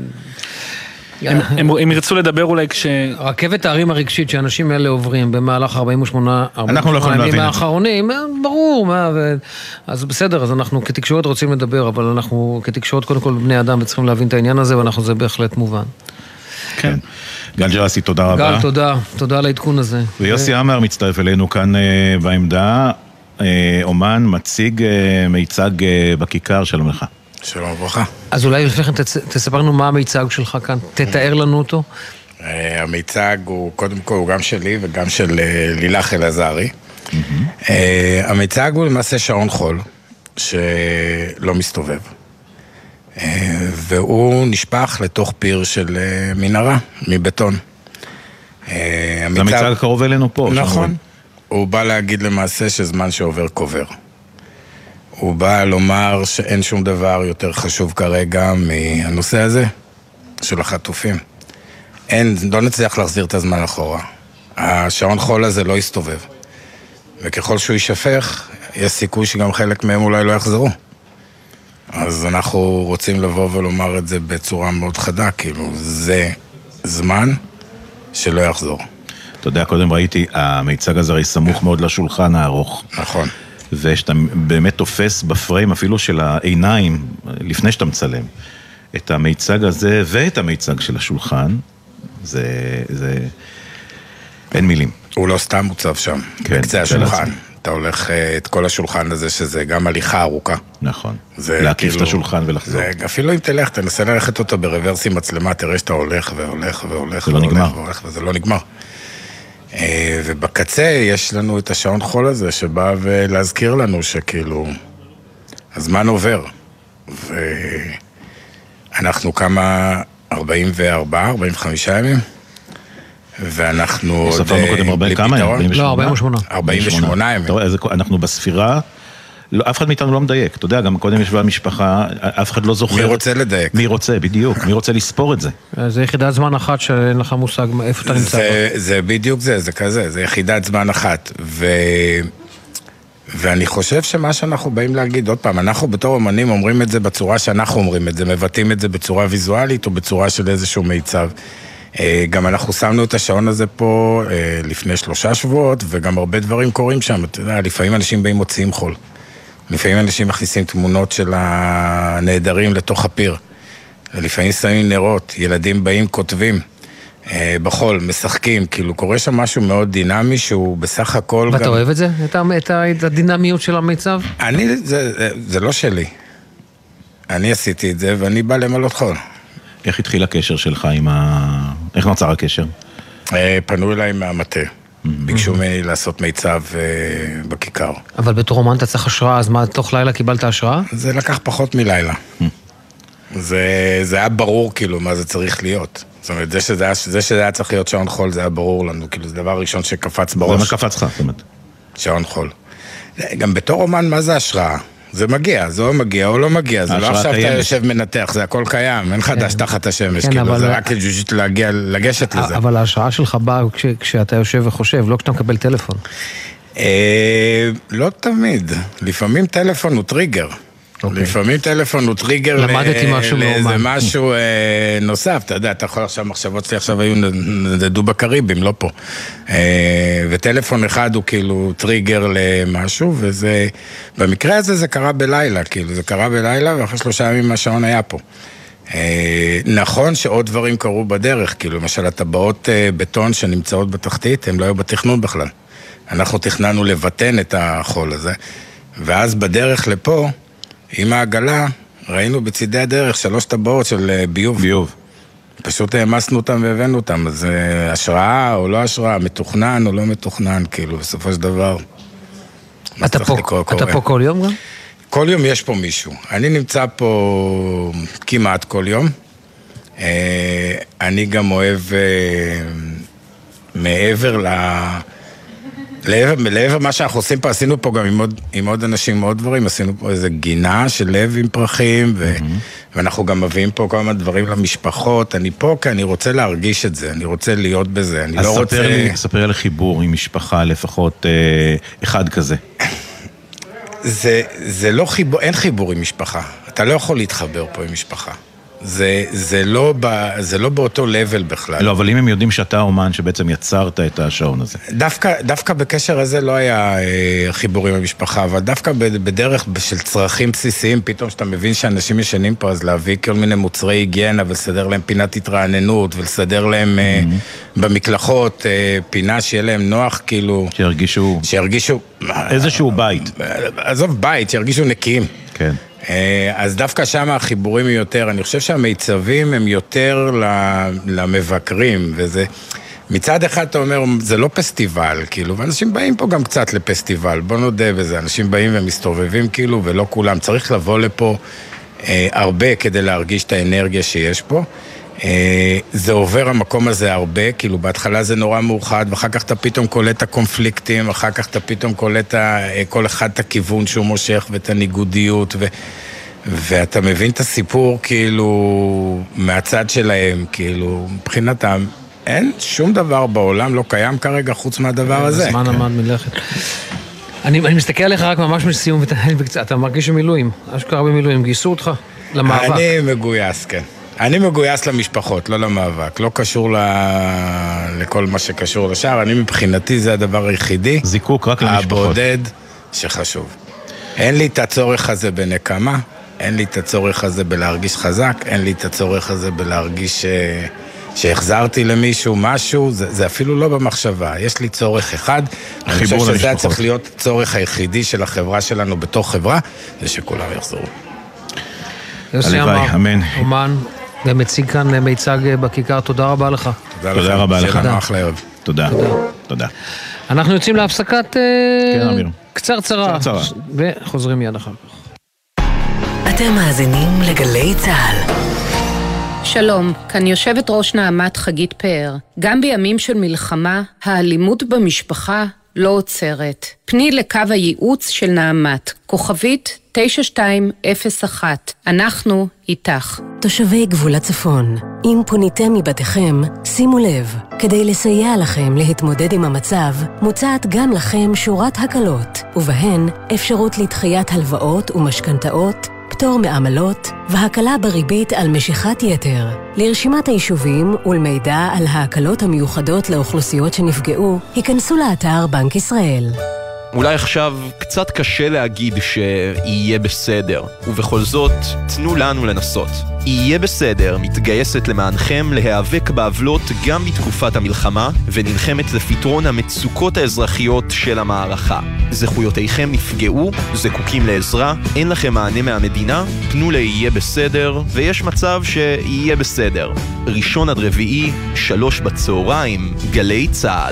הם ירצו לדבר אולי רכבת הערים הרגשית שאנשים האלה עוברים במהלך 48 ימים האחרונים, ברור, אז בסדר, אז אנחנו כתקשורת רוצים לדבר, אבל אנחנו כתקשורת קודם כל בני אדם וצריכים להבין את העניין הזה, ואנחנו זה בהחלט מובן. כן. גל ג'רסי, תודה רבה. גל, תודה על העדכון הזה. ויוסי אמר מצטרף אלינו כאן בעמדה, אומן, מציג מיצג בכיכר, שלום לך. שלום וברכה. אז אולי לפני כן תספר לנו מה המיצג שלך כאן, תתאר לנו אותו. המיצג הוא קודם כל, הוא גם שלי וגם של לילך אלעזרי. המיצג הוא למעשה שעון חול, שלא מסתובב. והוא נשפך לתוך פיר של מנהרה, מבטון. זה המיצג קרוב אלינו פה. נכון. הוא בא להגיד למעשה שזמן שעובר קובר. הוא בא לומר שאין שום דבר יותר חשוב כרגע מהנושא הזה של החטופים. לא נצליח להחזיר את הזמן אחורה. השעון חול הזה לא יסתובב. וככל שהוא יישפך, יש סיכוי שגם חלק מהם אולי לא יחזרו. אז אנחנו רוצים לבוא ולומר את זה בצורה מאוד חדה, כאילו זה זמן שלא יחזור. אתה יודע, קודם ראיתי, המיצג הזה הרי סמוך מאוד לשולחן הארוך. נכון. ושאתה באמת תופס בפריים אפילו של העיניים, לפני שאתה מצלם, את המיצג הזה ואת המיצג של השולחן, זה אין מילים. הוא לא סתם מוצב שם, בקצה השולחן. אתה הולך את כל השולחן הזה, שזה גם הליכה ארוכה. נכון. להקיף את השולחן ולחזור. אפילו אם תלך, תנסה ללכת אותו ברוורס עם מצלמה, תראה שאתה הולך והולך והולך. זה לא נגמר. וזה לא נגמר. ובקצה יש לנו את השעון חול הזה, שבא להזכיר לנו שכאילו, הזמן עובר. ואנחנו כמה 44, 45 ימים. ואנחנו ספרנו קודם הרבה כמה? לא, 48. 48 ימים. אנחנו בספירה, אף אחד מאיתנו לא מדייק. אתה יודע, גם קודם ישבה המשפחה, אף אחד לא זוכר. מי רוצה לדייק? מי רוצה, בדיוק. מי רוצה לספור את זה? זה יחידת זמן אחת שאין לך מושג איפה אתה נמצא. זה בדיוק זה כזה, זה יחידת זמן אחת. ואני חושב שמה שאנחנו באים להגיד, עוד פעם, אנחנו בתור אומנים אומרים את זה בצורה שאנחנו אומרים את זה, מבטאים את זה בצורה ויזואלית או בצורה של איזשהו מיצב. גם אנחנו שמנו את השעון הזה פה לפני 3 שבועות, וגם הרבה דברים קורים שם. אתה יודע, לפעמים אנשים באים מוציאים חול. לפעמים אנשים מכניסים תמונות של הנהדרים לתוך הפיר. לפעמים שמים נרות, ילדים באים, כותבים בחול, משחקים, כאילו קורה שם משהו מאוד דינמי שהוא בסך הכל... ואתה אוהב את זה? את הדינמיות של המיצב? זה לא שלי. אני עשיתי את זה ואני בא למלות חול. איך התחיל הקשר שלך עם איך נוצר הקשר? פנו אליי מהמטה. ביקשו ממני לעשות מיצב בכיכר. אבל בתור אומן אתה צריך השראה, אז מה, תוך לילה קיבלת השראה? זה לקח פחות מלילה. זה היה ברור כאילו מה זה צריך להיות. זאת אומרת, זה שזה היה צריך להיות שעון חול, זה היה ברור לנו, כאילו זה דבר ראשון שקפץ בראש. מה קפץ לך, זאת אומרת? שעון חול. גם בתור אומן, מה זה השראה? זה מגיע, זה או מגיע או לא מגיע, זה לא עכשיו אתה יושב מנתח, זה הכל קיים, אין חדש תחת השמש, כאילו, זה רק ג'וג'יט לגשת לזה. אבל ההשראה שלך באה כשאתה יושב וחושב, לא כשאתה מקבל טלפון. לא תמיד, לפעמים טלפון הוא טריגר. לפעמים טלפון הוא טריגר לאיזה משהו נוסף, אתה יודע, אתה יכול עכשיו, מחשבות שלי עכשיו היו נדדו בקריבים, לא פה. וטלפון אחד הוא כאילו טריגר למשהו, וזה, במקרה הזה זה קרה בלילה, כאילו זה קרה בלילה, ואחרי 3 ימים השעון היה פה. נכון שעוד דברים קרו בדרך, כאילו למשל הטבעות בטון שנמצאות בתחתית, הם לא היו בתכנון בכלל. אנחנו תכננו לבטן את החול הזה, ואז בדרך לפה, עם העגלה, ראינו בצידי הדרך 3 טבעות של ביוב. פשוט העמסנו אותם והבאנו אותם, אז השראה או לא השראה, מתוכנן או לא מתוכנן, כאילו, בסופו של דבר. אתה פה כל יום גם? כל יום יש פה מישהו. אני נמצא פה כמעט כל יום. אני גם אוהב מעבר לעבר מה שאנחנו עושים פה, עשינו פה גם עם עוד אנשים, עם עוד דברים, עשינו פה איזו גינה של לב עם פרחים, ואנחנו גם מביאים פה כל מיני דברים למשפחות. אני פה כי אני רוצה להרגיש את זה, אני רוצה להיות בזה, אני לא רוצה... אז ספר לי חיבור עם משפחה, לפחות אחד כזה. זה לא חיבור, אין חיבור עם משפחה. אתה לא יכול להתחבר פה עם משפחה. זה לא באותו לבל בכלל. לא, אבל אם הם יודעים שאתה אומן שבעצם יצרת את השעון הזה. דווקא בקשר הזה לא היה חיבורים במשפחה, אבל דווקא בדרך של צרכים בסיסיים, פתאום שאתה מבין שאנשים ישנים פה, אז להביא כל מיני מוצרי היגיינה, ולסדר להם פינת התרעננות, ולסדר להם במקלחות פינה שיהיה להם נוח, כאילו... שירגישו... איזשהו בית. עזוב בית, שירגישו נקיים. כן. אז דווקא שם החיבורים הם יותר, אני חושב שהמיצבים הם יותר למבקרים, וזה, מצד אחד אתה אומר, זה לא פסטיבל, כאילו, ואנשים באים פה גם קצת לפסטיבל, בוא נודה בזה, אנשים באים ומסתובבים, כאילו, ולא כולם, צריך לבוא לפה הרבה כדי להרגיש את האנרגיה שיש פה, זה עובר המקום הזה הרבה, כאילו, בהתחלה זה נורא מאוחד, ואחר כך אתה פתאום קולט את הקונפליקטים, אחר כך אתה פתאום קולט כל אחד את הכיוון שהוא מושך, ואת הניגודיות, ואתה מבין את הסיפור, כאילו, מהצד שלהם, כאילו, מבחינתם, אין שום דבר בעולם לא קיים כרגע חוץ מהדבר הזה. הזמן עמד מלכת. אני מסתכל עליך רק ממש מסיום, אתה מרגיש במילואים, אשכרה במילואים, גייסו אותך למאבק. אני מגויס, כן. אני מגויס למשפחות, לא למאבק. לא קשור לכל מה שקשור לשאר. אני מבחינתי זה הדבר היחידי. זיקוק רק למשפחות. הבודד שחשוב. אין לי את הצורך הזה בנקמה, אין לי את הצורך הזה בלהרגיש חזק, אין לי את הצורך הזה בלהרגיש שהחזרתי למישהו משהו, זה אפילו לא במחשבה. יש לי צורך אחד, אני חושב שזה צריך להיות הצורך היחידי של החברה שלנו בתוך חברה, זה שכולם יחזרו. יוסי אמר, אומן, ומציג כאן מיצג בכיכר, תודה רבה לך. תודה רבה לך. תודה. תודה. אנחנו יוצאים להפסקת קצרצרה, וחוזרים מיד אחר כך. אתם מאזינים לגלי צהל. שלום, כאן יושבת ראש נעמת חגית פאר. גם בימים של מלחמה, האלימות במשפחה לא עוצרת. פני לקו הייעוץ של נעמת, כוכבית 9201. אנחנו איתך. תושבי גבול הצפון, אם פוניתם מבתיכם, שימו לב, כדי לסייע לכם להתמודד עם המצב, מוצעת גם לכם שורת הקלות, ובהן אפשרות לדחיית הלוואות ומשכנתאות, פטור מעמלות והקלה בריבית על משיכת יתר. לרשימת היישובים ולמידע על ההקלות המיוחדות לאוכלוסיות שנפגעו, היכנסו לאתר בנק ישראל. אולי עכשיו קצת קשה להגיד שיהיה בסדר, ובכל זאת תנו לנו לנסות. יהיה בסדר מתגייסת למענכם להיאבק בעוולות גם בתקופת המלחמה, ונלחמת לפתרון המצוקות האזרחיות של המערכה. זכויותיכם נפגעו, זקוקים לעזרה, אין לכם מענה מהמדינה, פנו ליהיה בסדר, ויש מצב שיהיה בסדר. 1 עד 4, 3 בצהריים, גלי צהל.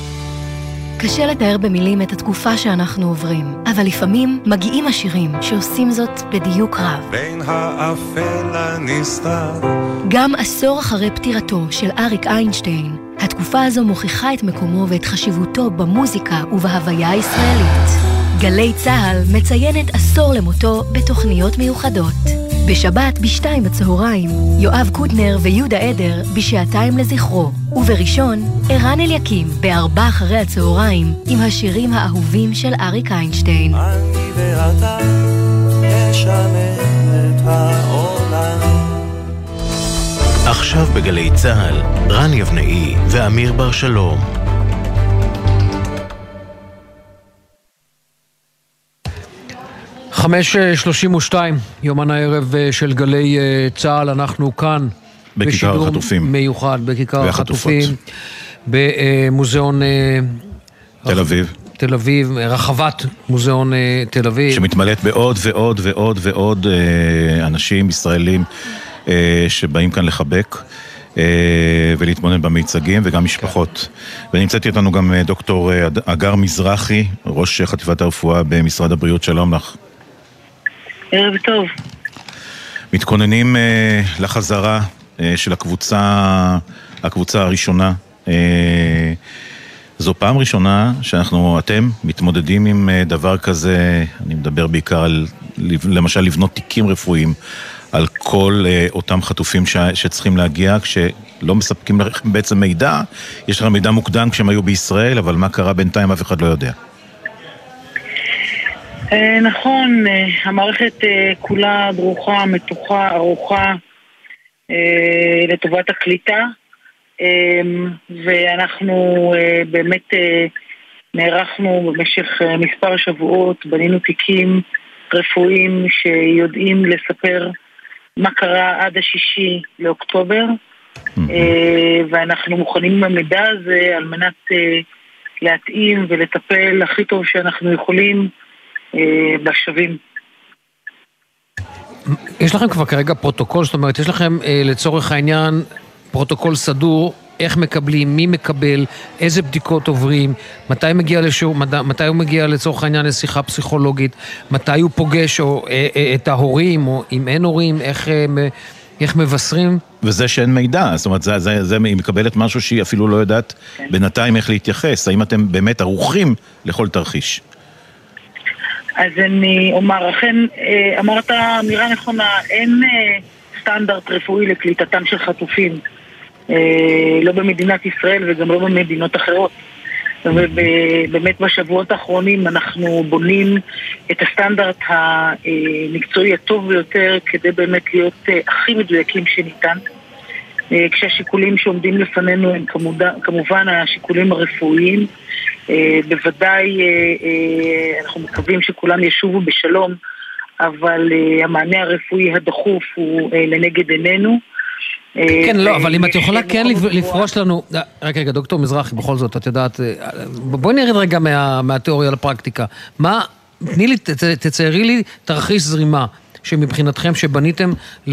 קשה לתאר במילים את התקופה שאנחנו עוברים, אבל לפעמים מגיעים השירים שעושים זאת בדיוק רב. בין האפל הנסתר. גם עשור אחרי פטירתו של אריק איינשטיין, התקופה הזו מוכיחה את מקומו ואת חשיבותו במוזיקה ובהוויה הישראלית. גלי צהל מציינת עשור למותו בתוכניות מיוחדות. בשבת ב2 בצהריים, יואב קוטנר ויהודה עדר בשעתיים לזכרו, ובראשון, ערן אליקים ב4 אחרי הצהריים עם השירים האהובים של אריק איינשטיין. אני ואתה נשנה את העולם. עכשיו בגלי צהל, רן יבנאי ואמיר בר שלום. 5:32, יומן הערב של גלי צהל, אנחנו כאן בכיכר החטופים. מיוחד, בכיכר החטופים, במוזיאון תל אביב, רחבת מוזיאון תל אביב. שמתמלאת בעוד ועוד ועוד ועוד אנשים ישראלים שבאים כאן לחבק ולהתמונן במיצגים וגם משפחות. ונמצאתי איתנו גם דוקטור אגר מזרחי, ראש חטיבת הרפואה במשרד הבריאות. שלום לך. ערב טוב. מתכוננים לחזרה של הקבוצה הראשונה. זו פעם ראשונה אתם מתמודדים עם דבר כזה. אני מדבר בעיקר על, למשל, לבנות תיקים רפואיים על כל אותם חטופים שצריכים להגיע, כשלא מספקים לכם בעצם מידע. יש לכם מידע מוקדם כשהם היו בישראל, אבל מה קרה בינתיים אף אחד לא יודע. נכון, המערכת כולה דרוכה, מתוחה, ערוכה לטובת הקליטה, ואנחנו באמת נערכנו במשך מספר שבועות, בנינו תיקים רפואיים שיודעים לספר מה קרה עד 6 לאוקטובר, ואנחנו מוכנים עם המידע הזה על מנת להתאים ולטפל הכי טוב שאנחנו יכולים בשבים. יש לכם כבר כרגע פרוטוקול, זאת אומרת, יש לכם לצורך העניין פרוטוקול סדור, איך מקבלים, מי מקבל, איזה בדיקות עוברים, מתי הוא מגיע לצורך העניין לשיחה פסיכולוגית, מתי הוא פוגש את ההורים, או אם אין הורים, איך מבשרים? וזה שאין מידע, זאת אומרת, זה מקבלת משהו שהיא אפילו לא יודעת בינתיים איך להתייחס. האם אתם באמת ערוכים לכל תרחיש? אז אני אומר, אכן, אמרת אמירה נכונה, אין סטנדרט רפואי לקליטתם של חטופים, לא במדינת ישראל וגם לא במדינות אחרות. ובאמת בשבועות האחרונים אנחנו בונים את הסטנדרט המקצועי הטוב ביותר כדי באמת להיות הכי מדויקים שניתן. כשהשיקולים שעומדים לפנינו הם כמובן השיקולים הרפואיים. בוודאי אנחנו מקווים שכולם ישובו בשלום, אבל המענה הרפואי הדחוף הוא לנגד עינינו. כן, לא, אבל אם את יכולה כן לפרוש לנו, רגע, דוקטור מזרחי, בכל זאת, את יודעת, בואי נרד רגע מהתיאוריה לפרקטיקה. תני לי, תציירי לי תרחיש זרימה שמבחינתכם שבניתם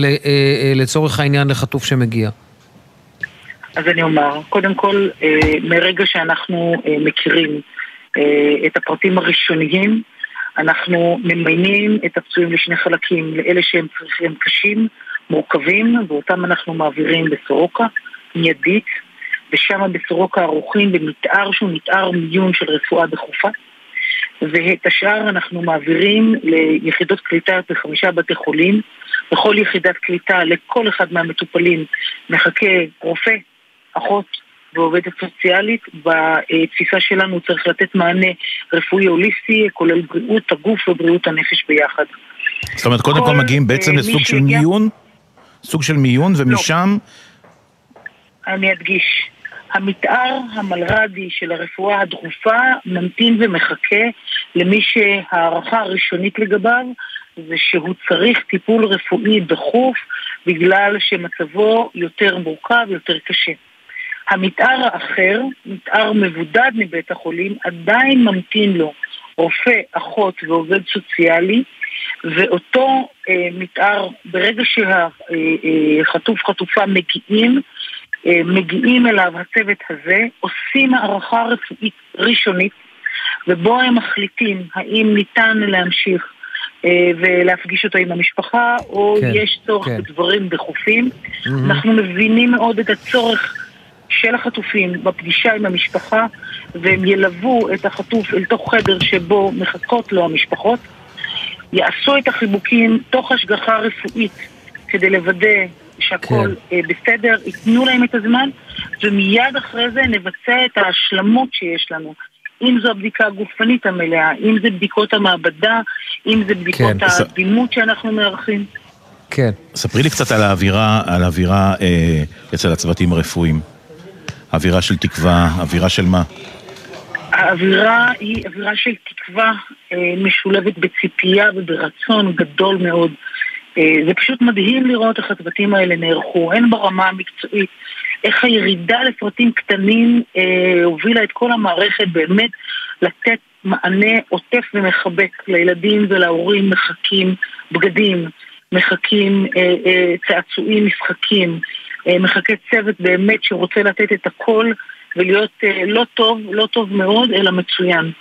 לצורך העניין לחטוף שמגיע. אז אני אומר, קודם כל, מרגע שאנחנו מכירים את הפרטים הראשוניים, אנחנו ממיינים את הפצועים לשני חלקים, לאלה שהם צריכים קשים, מורכבים, ואותם אנחנו מעבירים בסורוקה, מיידית, ושם בסורוקה ערוכים במתאר שהוא מתאר מיון של רפואה דחופה, ואת השאר אנחנו מעבירים ליחידות קליטה ב5 בתי חולים. בכל יחידת קליטה לכל אחד מהמטופלים מחכה רופא, אחות ועובדת סוציאלית. בתפיסה שלנו צריך לתת מענה רפואי הוליסטי, כולל בריאות הגוף ובריאות הנפש ביחד. זאת אומרת, קודם כל מגיעים בעצם לסוג של מיון? סוג של מיון, ומשם... אני אדגיש, המתאר המלרדי של הרפואה הדחופה ממתין ומחכה למי שהערכה הראשונית לגביו זה שהוא צריך טיפול רפואי דחוף בגלל שמצבו יותר מורכב, יותר קשה. המתאר האחר, מתאר מבודד מבית החולים, עדיין ממתין לו רופא, אחות ועובד סוציאלי, ואותו מתאר, ברגע שהחטוף חטופה מגיעים אליו הצוות הזה, עושים הערכה רפואית ראשונית, ובו הם מחליטים האם ניתן להמשיך ולהפגיש אותו עם המשפחה, או יש צורך בדברים דחופים. אנחנו מבינים מאוד את הצורך של החטופים בפגישה עם המשפחה, והם ילוו את החטוף אל תוך חדר שבו מחכות לו המשפחות, יעשו את החיבוקים תוך השגחה רפואית כדי לוודא שהכל בסדר, ייתנו להם את הזמן, ומיד אחרי זה נבצע את ההשלמות שיש לנו. אם זו הבדיקה הגופנית המלאה, אם זה בדיקות המעבדה, אם זה בדיקות הדימות שאנחנו מערכים. כן. ספרי לי קצת על האווירה אצל הצוותים הרפואיים. האווירה של תקווה, האווירה של מה? האווירה היא אווירה של תקווה משולבת בציפייה וברצון גדול מאוד. זה פשוט מדהים לראות איך הצוותים האלה נערכו, הן ברמה המקצועית, איך הירידה לפרטים קטנים הובילה את כל המערכת באמת לתת מענה עוטף ומחבק לילדים ולהורים. מחכים בגדים, מחכים צעצועים, משחקים, מחכה צוות באמת שרוצה לתת את הכל ולהיות לא טוב מאוד אלא מצוין,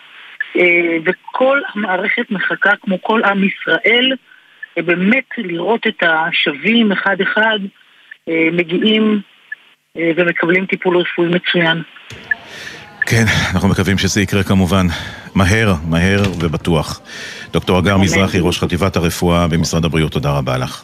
וכל המערכת מחכה כמו כל עם ישראל באמת לראות את השווים אחד אחד מגיעים ומקבלים טיפול רפואי מצוין. כן, אנחנו מקווים שזה יקרה כמובן מהר ובטוח. דוקטור הגר מזרחי, ראש חטיבת הרפואה במשרד הבריאות, תודה רבה לך.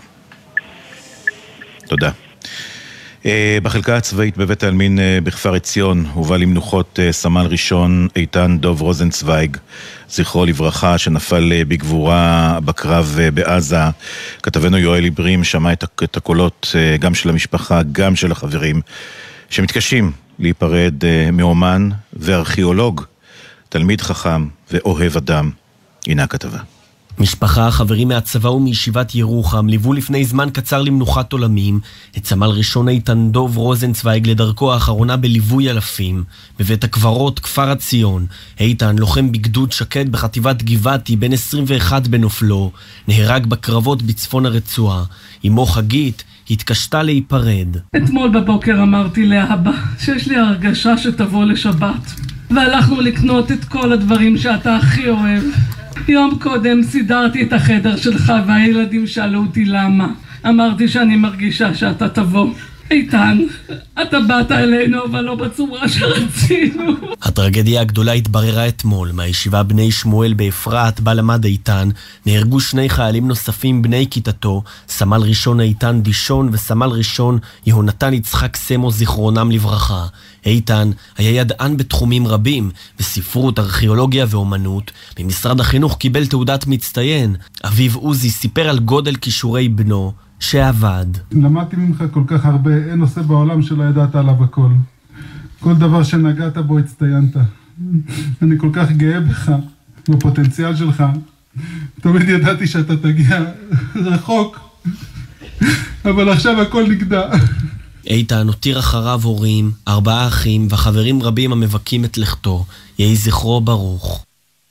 תודה. בחלקה הצבאית בבית העלמין בכפר עציון הובא למנוחות סמל ראשון איתן דוב רוזנצוויג, זכרו לברכה, שנפל בגבורה בקרב בעזה. כתבנו יואל עיברים שמע את הקולות גם של המשפחה, גם של החברים, שמתקשים להיפרד מאומן וארכיאולוג, תלמיד חכם ואוהב אדם. הנה הכתבה. משפחה, חברים מהצבא ומישיבת ירוחם ליוו לפני זמן קצר למנוחת עולמים את סמל ראשון איתן דוב רוזנצוויג לדרכו האחרונה בליווי אלפים. בבית הקברות כפר עציון, איתן, לוחם בגדוד שקד בחטיבת גבעתי, בן 21 בנופלו, נהרג בקרבות בצפון הרצועה. אמו חגית התקשתה להיפרד. אתמול בבוקר אמרתי לאבא שיש לי הרגשה שתבוא לשבת, והלכנו לקנות את כל הדברים שאתה הכי אוהב. יום קודם סידרתי את החדר שלך והילדים שאלו אותי למה. אמרתי שאני מרגישה שאתה תבוא. איתן, אתה באת אלינו, אבל לא בצורה שרצינו. הטרגדיה הגדולה התבררה אתמול. מהישיבה בני שמואל באפרת, בה למד איתן, נהרגו 2 חיילים נוספים בני כיתתו, סמל ראשון איתן דישון וסמל ראשון יהונתן יצחק סמו זיכרונם לברכה. איתן היה ידען בתחומים רבים, בספרות, ארכיאולוגיה ואומנות. במשרד החינוך קיבל תעודת מצטיין. אביו עוזי סיפר על גודל כישורי בנו שעבד. למדתי ממך כל כך הרבה, אין נושא בעולם שלא ידעת עליו הכל. כל דבר שנגעת בו הצטיינת. אני כל כך גאה בך, בפוטנציאל שלך. תמיד ידעתי שאתה תגיע רחוק, אבל עכשיו הכל נגדע. איתן הותיר אחריו הורים, 4 אחים וחברים רבים המבכים את לכתו. יהי זכרו ברוך.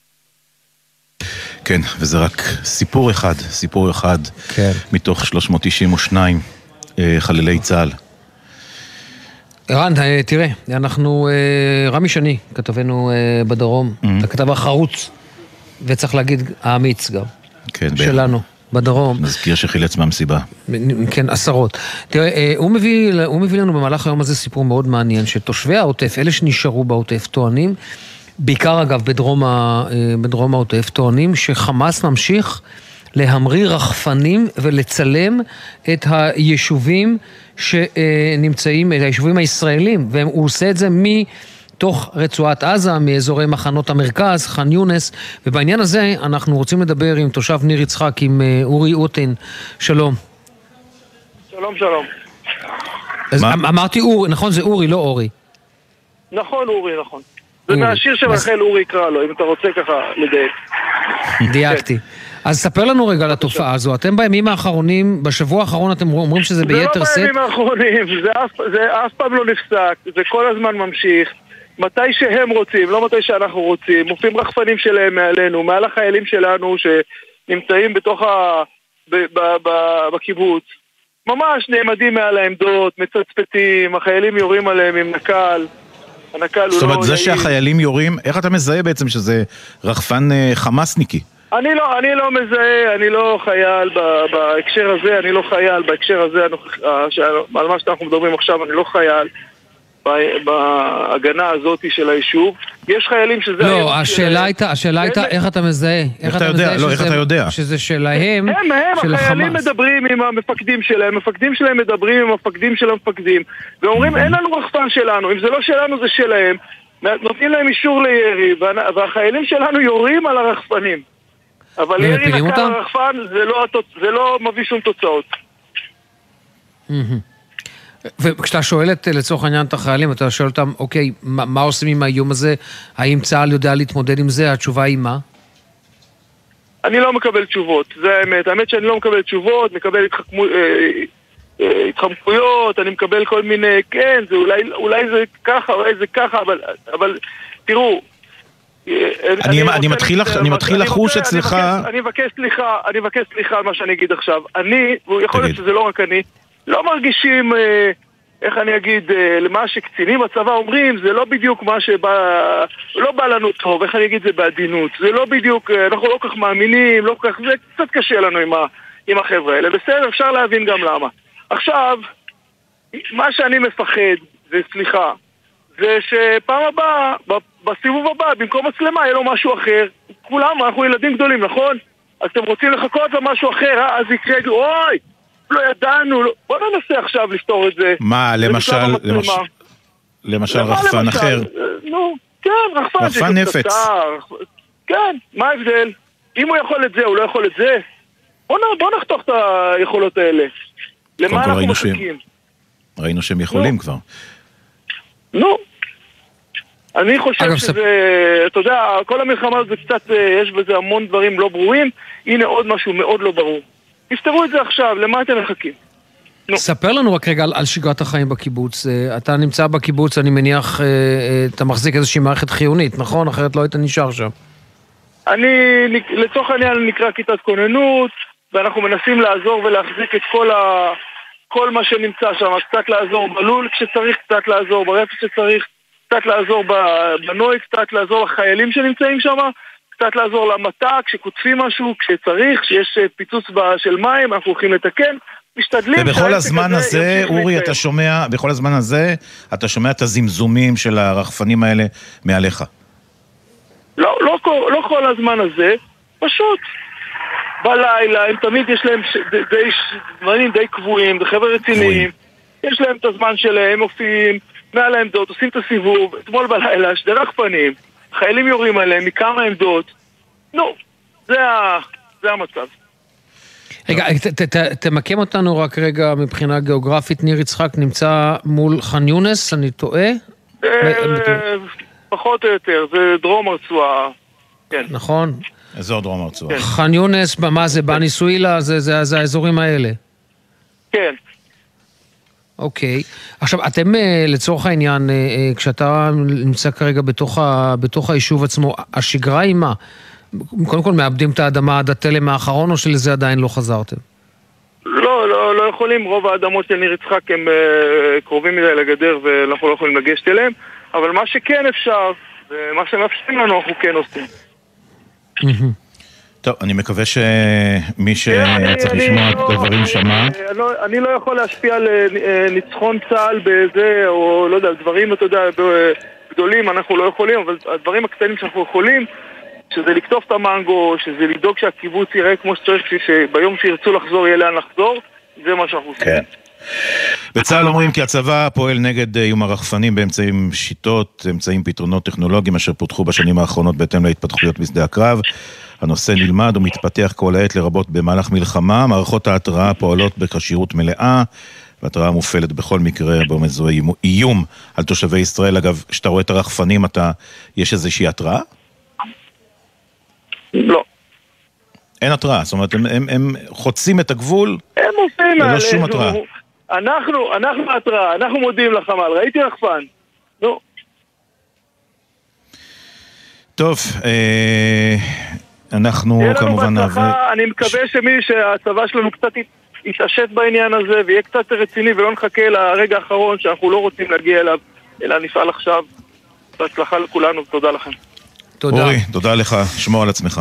כן, וזה רק סיפור אחד כן. מתוך 392 חללי צה"ל. ערן, תראה, אנחנו, רמי שני, כתבנו בדרום, הכתב החרוץ, וצריך להגיד האמיץ גם, כן, שלנו, בדרום. נזכיר שחילץ מהמסיבה. כן, עשרות. תראה, הוא מביא לנו במהלך היום הזה סיפור מאוד מעניין, שתושבי העוטף, אלה שנשארו בעוטף, טוענים, בעיקר אגב בדרום העוטף, טוענים שחמאס ממשיך להמריא רחפנים ולצלם את היישובים שנמצאים, את היישובים הישראלים, והוא עושה את זה מתוך רצועת עזה, מאזורי מחנות המרכז, ח'אן יונס, ובעניין הזה אנחנו רוצים לדבר עם תושב ניר יצחק, עם אורי אוטין. שלום. שלום, שלום. אז אמרתי אורי, נכון? זה אורי, לא אורי. נכון, אורי, נכון. זה מהשיר של רחל אורי יקרא לו, אם אתה רוצה ככה לדייק. דייקתי. אז ספר לנו רגע על התופעה הזו. אתם בימים האחרונים, בשבוע האחרון אתם אומרים שזה ביתר סט? זה לא בימים האחרונים, זה אף פעם לא נפסק, זה כל הזמן ממשיך. מתי שהם רוצים, לא מתי שאנחנו רוצים. מופיעים רחפנים שלהם מעלינו, מעל החיילים שלנו שנמצאים בתוך בקיבוץ. ממש נעמדים מעל העמדות, מצצפתים, החיילים יורים עליהם עם נקל. זאת אומרת, זה שהחיילים יורים, איך אתה מזהה בעצם שזה רחפן חמאסניקי? אני לא מזהה, אני לא חייל בהקשר הזה, אני לא חייל בהקשר הזה, על מה שאנחנו מדברים עכשיו, אני לא חייל בהגנה הזאת של היישוב. יש חיילים שזה... לא, השאלה הייתה איך אתה מזהה? איך אתה יודע? שזה שלהם, הם, החיילים מדברים עם המפקדים שלהם, המפקדים שלהם מדברים עם המפקדים של המפקדים, ואומרים, אין לנו רחפן שלנו, אם זה לא שלנו זה שלהם, נותנים להם אישור לירי, והחיילים שלנו יורים על הרחפנים. אבל ירי נקל על הרחפן זה לא מביא שום תוצאות. וכשאתה שואל לצורך העניין את החיילים, אתה שואל אותם, אוקיי, מה עושים עם האיום הזה? האם צה"ל יודע להתמודד עם זה? התשובה היא מה? אני לא מקבל תשובות, זה האמת. האמת שאני לא מקבל תשובות, מקבל התחמקויות, אני מקבל כל מיני, כן, זה אולי זה ככה, אולי זה ככה, אבל תראו, אני מתחיל לחוש אצלך... אני מבקש סליחה על מה שאני אגיד עכשיו. ויכול להיות שזה לא רק אני, לא מרגישים, איך אני אגיד, למה שקצינים בצבא אומרים, זה לא בדיוק מה שבא, לא בא לנו טוב, איך אני אגיד זה בעדינות, זה לא בדיוק, אנחנו לא כך מאמינים, לא כך, זה קצת קשה לנו עם החבר'ה האלה, בסדר, אפשר להבין גם למה. עכשיו, מה שאני מפחד, וסליחה, זה שפעם הבאה, בסיבוב הבא, במקום מצלמה, יהיה לו משהו אחר. כולם, אנחנו ילדים גדולים, נכון? אז אתם רוצים לחכות למשהו אחר, אז יקרה, אוי, לא ידענו, בוא ננסה עכשיו לפתור את זה. מה, למשל רחפן אחר? נו, כן, רחפן נפץ. כן, מה ההבדל? אם הוא יכול את זה, הוא לא יכול את זה. בוא נחתוך את היכולות האלה. למה אנחנו מחכים? ראינו שהם יכולים כבר. נו, אני חושב שזה, אתה יודע, כל המלחמה הזאת קצת, יש בזה המון דברים לא ברורים. הנה עוד משהו מאוד לא ברור. תפתרו את זה עכשיו, למה אתם מחכים? ספר לנו רק רגע על שגרת החיים בקיבוץ. אתה נמצא בקיבוץ, אני מניח, אתה מחזיק איזושהי מערכת חיונית, נכון? אחרת לא היית נשאר שם. לצורך העניין נקרא כיתת כוננות, ואנחנו מנסים לעזור ולהחזיק את כל מה שנמצא שם, קצת לעזור בלול כשצריך, קצת לעזור ברפת כשצריך, קצת לעזור בנוי, קצת לעזור לחיילים שנמצאים שם, קצת לעזור למטה כשקוטפים משהו, כשצריך, כשיש פיצוץ של מים, אנחנו הולכים לתקן, משתדלים... ובכל הזמן הזה, אורי, אתה שומע, בכל הזמן הזה, אתה שומע את הזמזומים של הרחפנים האלה מעליך. לא כל הזמן הזה, פשוט בלילה, הם תמיד יש להם זמנים די קבועים, זה חבר'ה רציניים, יש להם את הזמן שלהם, מופיעים מעל העמדות, עושים את הסיבוב, אתמול בלילה, שני רחפנים, חיילים יורים עליהם מכמה עמדות, זה המצב. רגע, תמקם אותנו רק רגע מבחינה גיאוגרפית, ניר יצחק נמצא מול ח'אן יונס, אני טועה? פחות או יותר, זה דרום הרצועה, כן. נכון? אזור דרום הרצועה. ח'אן יונס, מה זה, בני סווילה, זה האזורים האלה? כן. אוקיי. עכשיו, אתם לצורך העניין, כשאתה נמצא כרגע בתוך היישוב עצמו, השגרה היא מה? קודם כל, מאבדים את האדמה עד התלם האחרון, או שלזה עדיין לא חזרתם? לא יכולים, רוב האדמות של ניר יצחק הם קרובים מדי לגדר, ואנחנו לא יכולים לגשת אליהם, אבל מה שכן אפשר, מה שמאפשרים לנו, אנחנו כן עושים. טוב, אני מקווה שמי שצריך לשמוע את הדברים שמע. אני לא יכול להשפיע על ניצחון צה"ל בזה, או לא יודע, דברים, אתה יודע, גדולים אנחנו לא יכולים, אבל הדברים הקטנים שאנחנו יכולים, שזה לקטוף את המנגו, שזה לדאוג שהקיבוץ יראה כמו שצריך, שביום שירצו לחזור יהיה לאן לחזור, זה מה שאנחנו עושים. בצה"ל אומרים כי הצבא פועל נגד איום הרחפנים באמצעים שיטות, אמצעים פתרונות טכנולוגיים אשר פותחו בשנים האחרונות בהתאם להתפתחויות בשדה הקרב. הנושא נלמד ומתפתח כל העת לרבות במהלך מלחמה. מערכות ההתראה פועלות בקשירות מלאה, והתראה מופעלת בכל מקרה בו מזוהה איום על תושבי ישראל. אגב, כשאתה רואה את הרחפנים, יש איזושהי התראה? לא. אין התראה, זאת אומרת, הם חוצים את הגבול ללא שום התראה. אנחנו התראה, אנחנו מודיעים לחמ"ל, ראיתי רחפן. טוב, אנחנו כמובן אני מקווה שהצבא שלנו קצת יתעשת בעניין הזה ויהיה קצת רציני ולא נחכה לרגע האחרון שאנחנו לא רוצים להגיע אליו, אלא נפעל עכשיו. בהצלחה לכולנו, תודה לכם. תודה. אורי, תודה לך, שמור על עצמך.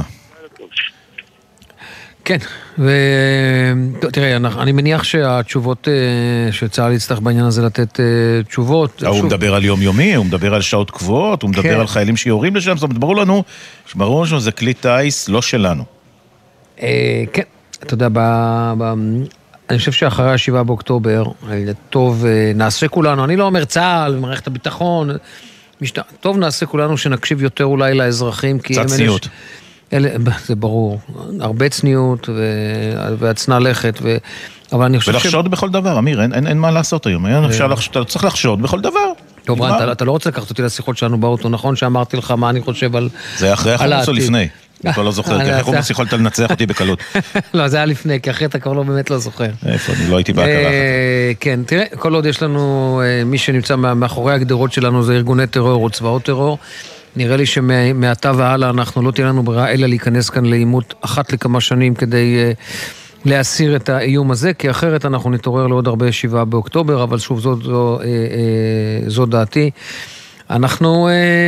כן, תראה, אני מניח שהתשובות שצה"ל יצטרך בעניין הזה לתת תשובות. הוא מדבר על יומיומי, הוא מדבר על שעות קבועות, הוא מדבר על חיילים שיורים לשם, זאת אומרת, ברור לנו, זה כלי טייס לא שלנו. כן, אתה יודע, אני חושב שאחרי 7 באוקטובר, טוב, נעשה כולנו, אני לא אומר צה"ל, מערכת הביטחון, טוב נעשה כולנו שנקשיב יותר אולי לאזרחים, קצת צניעות. זה ברור, הרבה צניעות והצנע לכת, אבל אני חושב ולחשוד בכל דבר, אמיר, אין מה לעשות היום, אתה צריך לחשוד בכל דבר. טוב, רן, אתה לא רוצה לקחת אותי לשיחות שלנו באוטו, נכון שאמרתי לך מה אני חושב על העתיד. זה אחרי החומוס או לפני? אתה לא זוכר, כי אחרי חומוס יכולת לנצח אותי בקלות. לא, זה היה לפני, כי אחרי אתה כבר לא באמת לא זוכר. איפה, אני לא הייתי בהכרה. כן, תראה, כל עוד יש לנו, מי שנמצא מאחורי הגדרות שלנו זה ארגוני טרור או צבאות טרור, נראה לי שמעתה והלאה אנחנו לא תהיה לנו ברירה אלא להיכנס כאן לאימות אחת לכמה שנים כדי להסיר את האיום הזה, כי אחרת אנחנו נתעורר לעוד הרבה 7 באוקטובר, אבל שוב זו דעתי. אנחנו,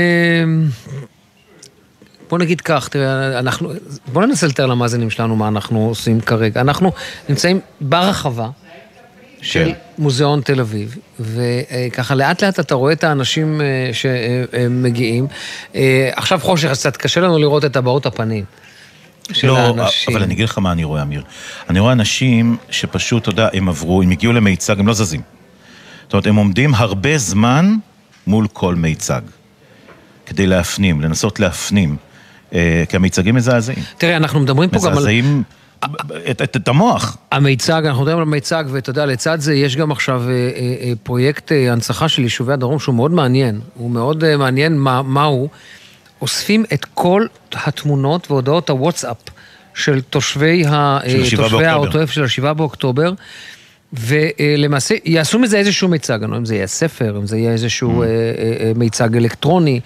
בוא נגיד כך, תראה, בוא ננסה לתאר למאזינים שלנו מה אנחנו עושים כרגע. אנחנו נמצאים ברחבה של מוזיאון תל אביב, וככה לאט לאט אתה רואה את האנשים שמגיעים. עכשיו חושך, קצת קשה לנו לראות את הבעות הפנים של האנשים. אבל אני אגיד לך מה אני רואה, אמיר. אני רואה אנשים שפשוט, אתה יודע, הם עברו, הם הגיעו למיצג, הם לא זזים. זאת אומרת, הם עומדים הרבה זמן מול כל מיצג, כדי להפנים, לנסות להפנים, כי המיצגים מזעזעים. תראה, אנחנו מדברים פה גם על... מזעזעים את המוח. המיצג, אנחנו מדברים על מיצג, ואתה יודע, לצד זה יש גם עכשיו פרויקט הנצחה של יישובי הדרום, שהוא מאוד מעניין. הוא מאוד מעניין מה הוא. אוספים את כל התמונות והודעות הוואטסאפ של תושבי העוטף של 7 באוקטובר, ולמעשה יעשו מזה איזשהו מיצג, אם זה יהיה ספר, אם זה יהיה איזשהו מיצג אלקטרוני,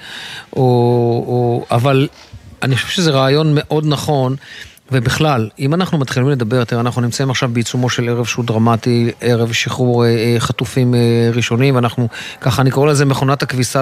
אבל אני חושב שזה רעיון מאוד נכון, ובכלל, אם אנחנו מתחילים לדבר, תראה, אנחנו נמצאים עכשיו בעיצומו של ערב שהוא דרמטי, ערב שחרור חטופים ראשונים, ואנחנו, ככה אני קורא לזה מכונת הכביסה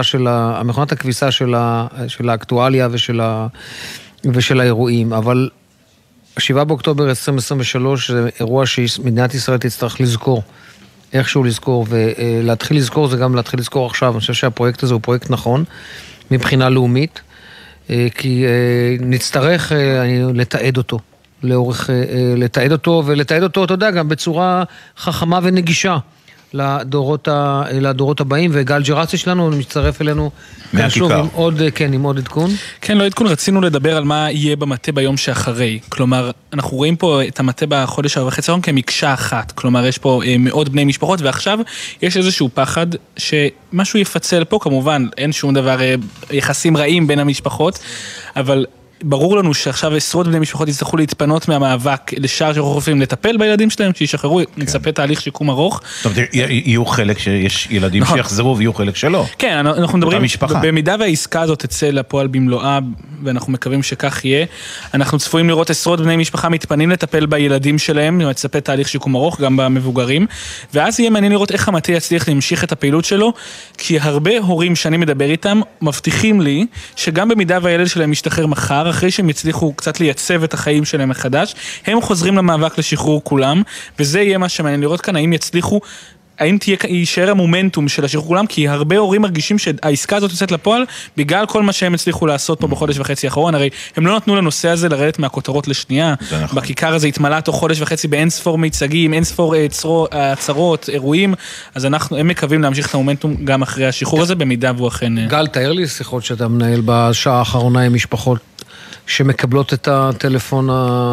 של האקטואליה ושל האירועים, אבל 7 באוקטובר 2023 זה אירוע שמדינת ישראל תצטרך לזכור, איכשהו לזכור, ולהתחיל לזכור זה גם להתחיל לזכור עכשיו. אני חושב שהפרויקט הזה הוא פרויקט נכון, מבחינה לאומית, כי נצטרך לתעד אותו, לתעד אותו, ולתעד אותו, אתה יודע, גם בצורה חכמה ונגישה. לדורות הבאים, וגל ג'רסי שלנו מצטרף אלינו שוב עם עוד עדכון. כן, לא עדכון, רצינו לדבר על מה יהיה במטה ביום שאחרי. כלומר, אנחנו רואים פה את המטה בחודש וחצי האחרון כמקשה אחת. כלומר, יש פה מאות בני משפחות, ועכשיו יש איזשהו פחד שמשהו יפצל פה, כמובן, אין שום דבר יחסים רעים בין המשפחות, אבל ברור לנו שעכשיו עשרות בני משפחות יצטרכו להתפנות מהמאבק לשאר שאנחנו יכולים לטפל בילדים שלהם, שישחררו, נצפה תהליך שיקום ארוך. טוב, יהיו חלק שיש ילדים שיחזרו ויהיו חלק שלא. כן, אנחנו מדברים, במידה והעסקה הזאת תצא לפועל במלואה, ואנחנו מקווים שכך יהיה, אנחנו צפויים לראות עשרות בני משפחה מתפנים לטפל בילדים שלהם, נצפה תהליך שיקום ארוך, גם במבוגרים, ואז יהיה מעניין לראות איך המטה יצליח להמשיך את הפעילות שלו, כי הרבה הורים שאני מדבר איתם, מבטיחים לי שגם במידה והילד שלהם משתחרר מחר, אחרי שהם יצליחו קצת לייצב את החיים שלהם מחדש, הם חוזרים למאבק לשחרור כולם, וזה יהיה מה שמעניין לראות כאן, האם יצליחו, האם יישאר המומנטום של השחרור כולם, כי הרבה הורים מרגישים שהעסקה הזאת יוצאת לפועל, בגלל כל מה שהם הצליחו לעשות פה בחודש וחצי האחרון, הרי הם לא נתנו לנושא הזה לרדת מהכותרות לשנייה, בכיכר הזה התמלא תוך חודש וחצי באין ספור מיצגים, אין ספור עצרות, אירועים, אז הם מקווים להמשיך את המומנטום גם אחרי השחרור הזה, במידה והוא אכן... גל, תאר לי שיחות שאתה מנהל בשעה האחרונה עם משפחות שמקבלות את הטלפון,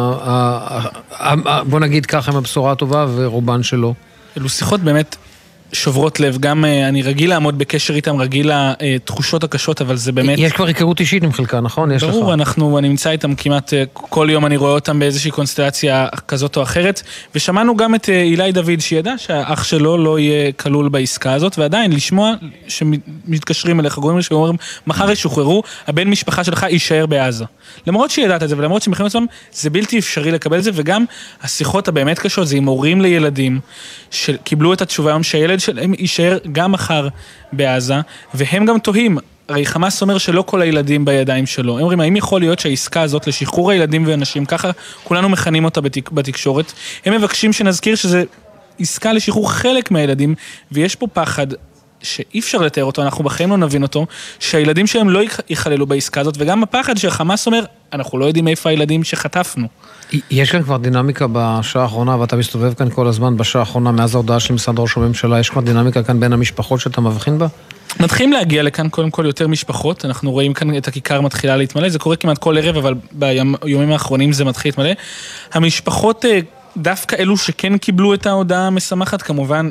בוא נגיד ככה, עם הבשורה הטובה, ורובן שלא. אלו שיחות באמת שוברות לב, גם אני רגיל לעמוד בקשר איתם, רגיל לתחושות הקשות, אבל זה באמת... יש כבר היכרות אישית עם חלקה, נכון? יש ברור, אני נמצא איתם כמעט כל יום, אני רואה אותם באיזושהי קונסטלציה כזאת או אחרת, ושמענו גם את אילי דוד, שידע שהאח שלו לא יהיה כלול בעסקה הזאת, ועדיין לשמוע שמתקשרים אליך, גורמים שאומרים, מחר ישוחררו, הבן משפחה שלך יישאר בעזה. למרות שידעת את זה, ולמרות שמחים עצמם, זה בלתי אפשרי לקבל את זה, וגם השיחות הבאמת קשות, זה עם הורים לילדים, שקיבלו את התשובה היום שהילד שלהם יישאר גם מחר בעזה, והם גם תוהים, הרי חמאס אומר שלא כל הילדים בידיים שלו. הם אומרים, האם יכול להיות שהעסקה הזאת לשחרור הילדים ואנשים, ככה כולנו מכנים אותה בתקשורת, הם מבקשים שנזכיר שזה עסקה לשחרור חלק מהילדים, ויש פה פחד שאי אפשר לתאר אותו, אנחנו בחיים לא נבין אותו, שהילדים שלהם לא ייכללו בעסקה הזאת, וגם הפחד שהחמאס אומר, אנחנו לא יודעים איפה הילדים שחטפנו. יש כאן כבר דינמיקה בשעה האחרונה, ואתה מסתובב כאן כל הזמן בשעה האחרונה, מאז ההודעה של משרד ראש הממשלה, יש כבר דינמיקה כאן בין המשפחות שאתה מבחין בה? מתחילים להגיע לכאן קודם כל יותר משפחות, אנחנו רואים כאן את הכיכר מתחילה להתמלא, זה קורה כמעט כל ערב, אבל ביומים האחרונים זה מתחיל להתמלא. המשפחות, דווקא אלו שכן קיבלו את ההודעה המשמחת, כמובן,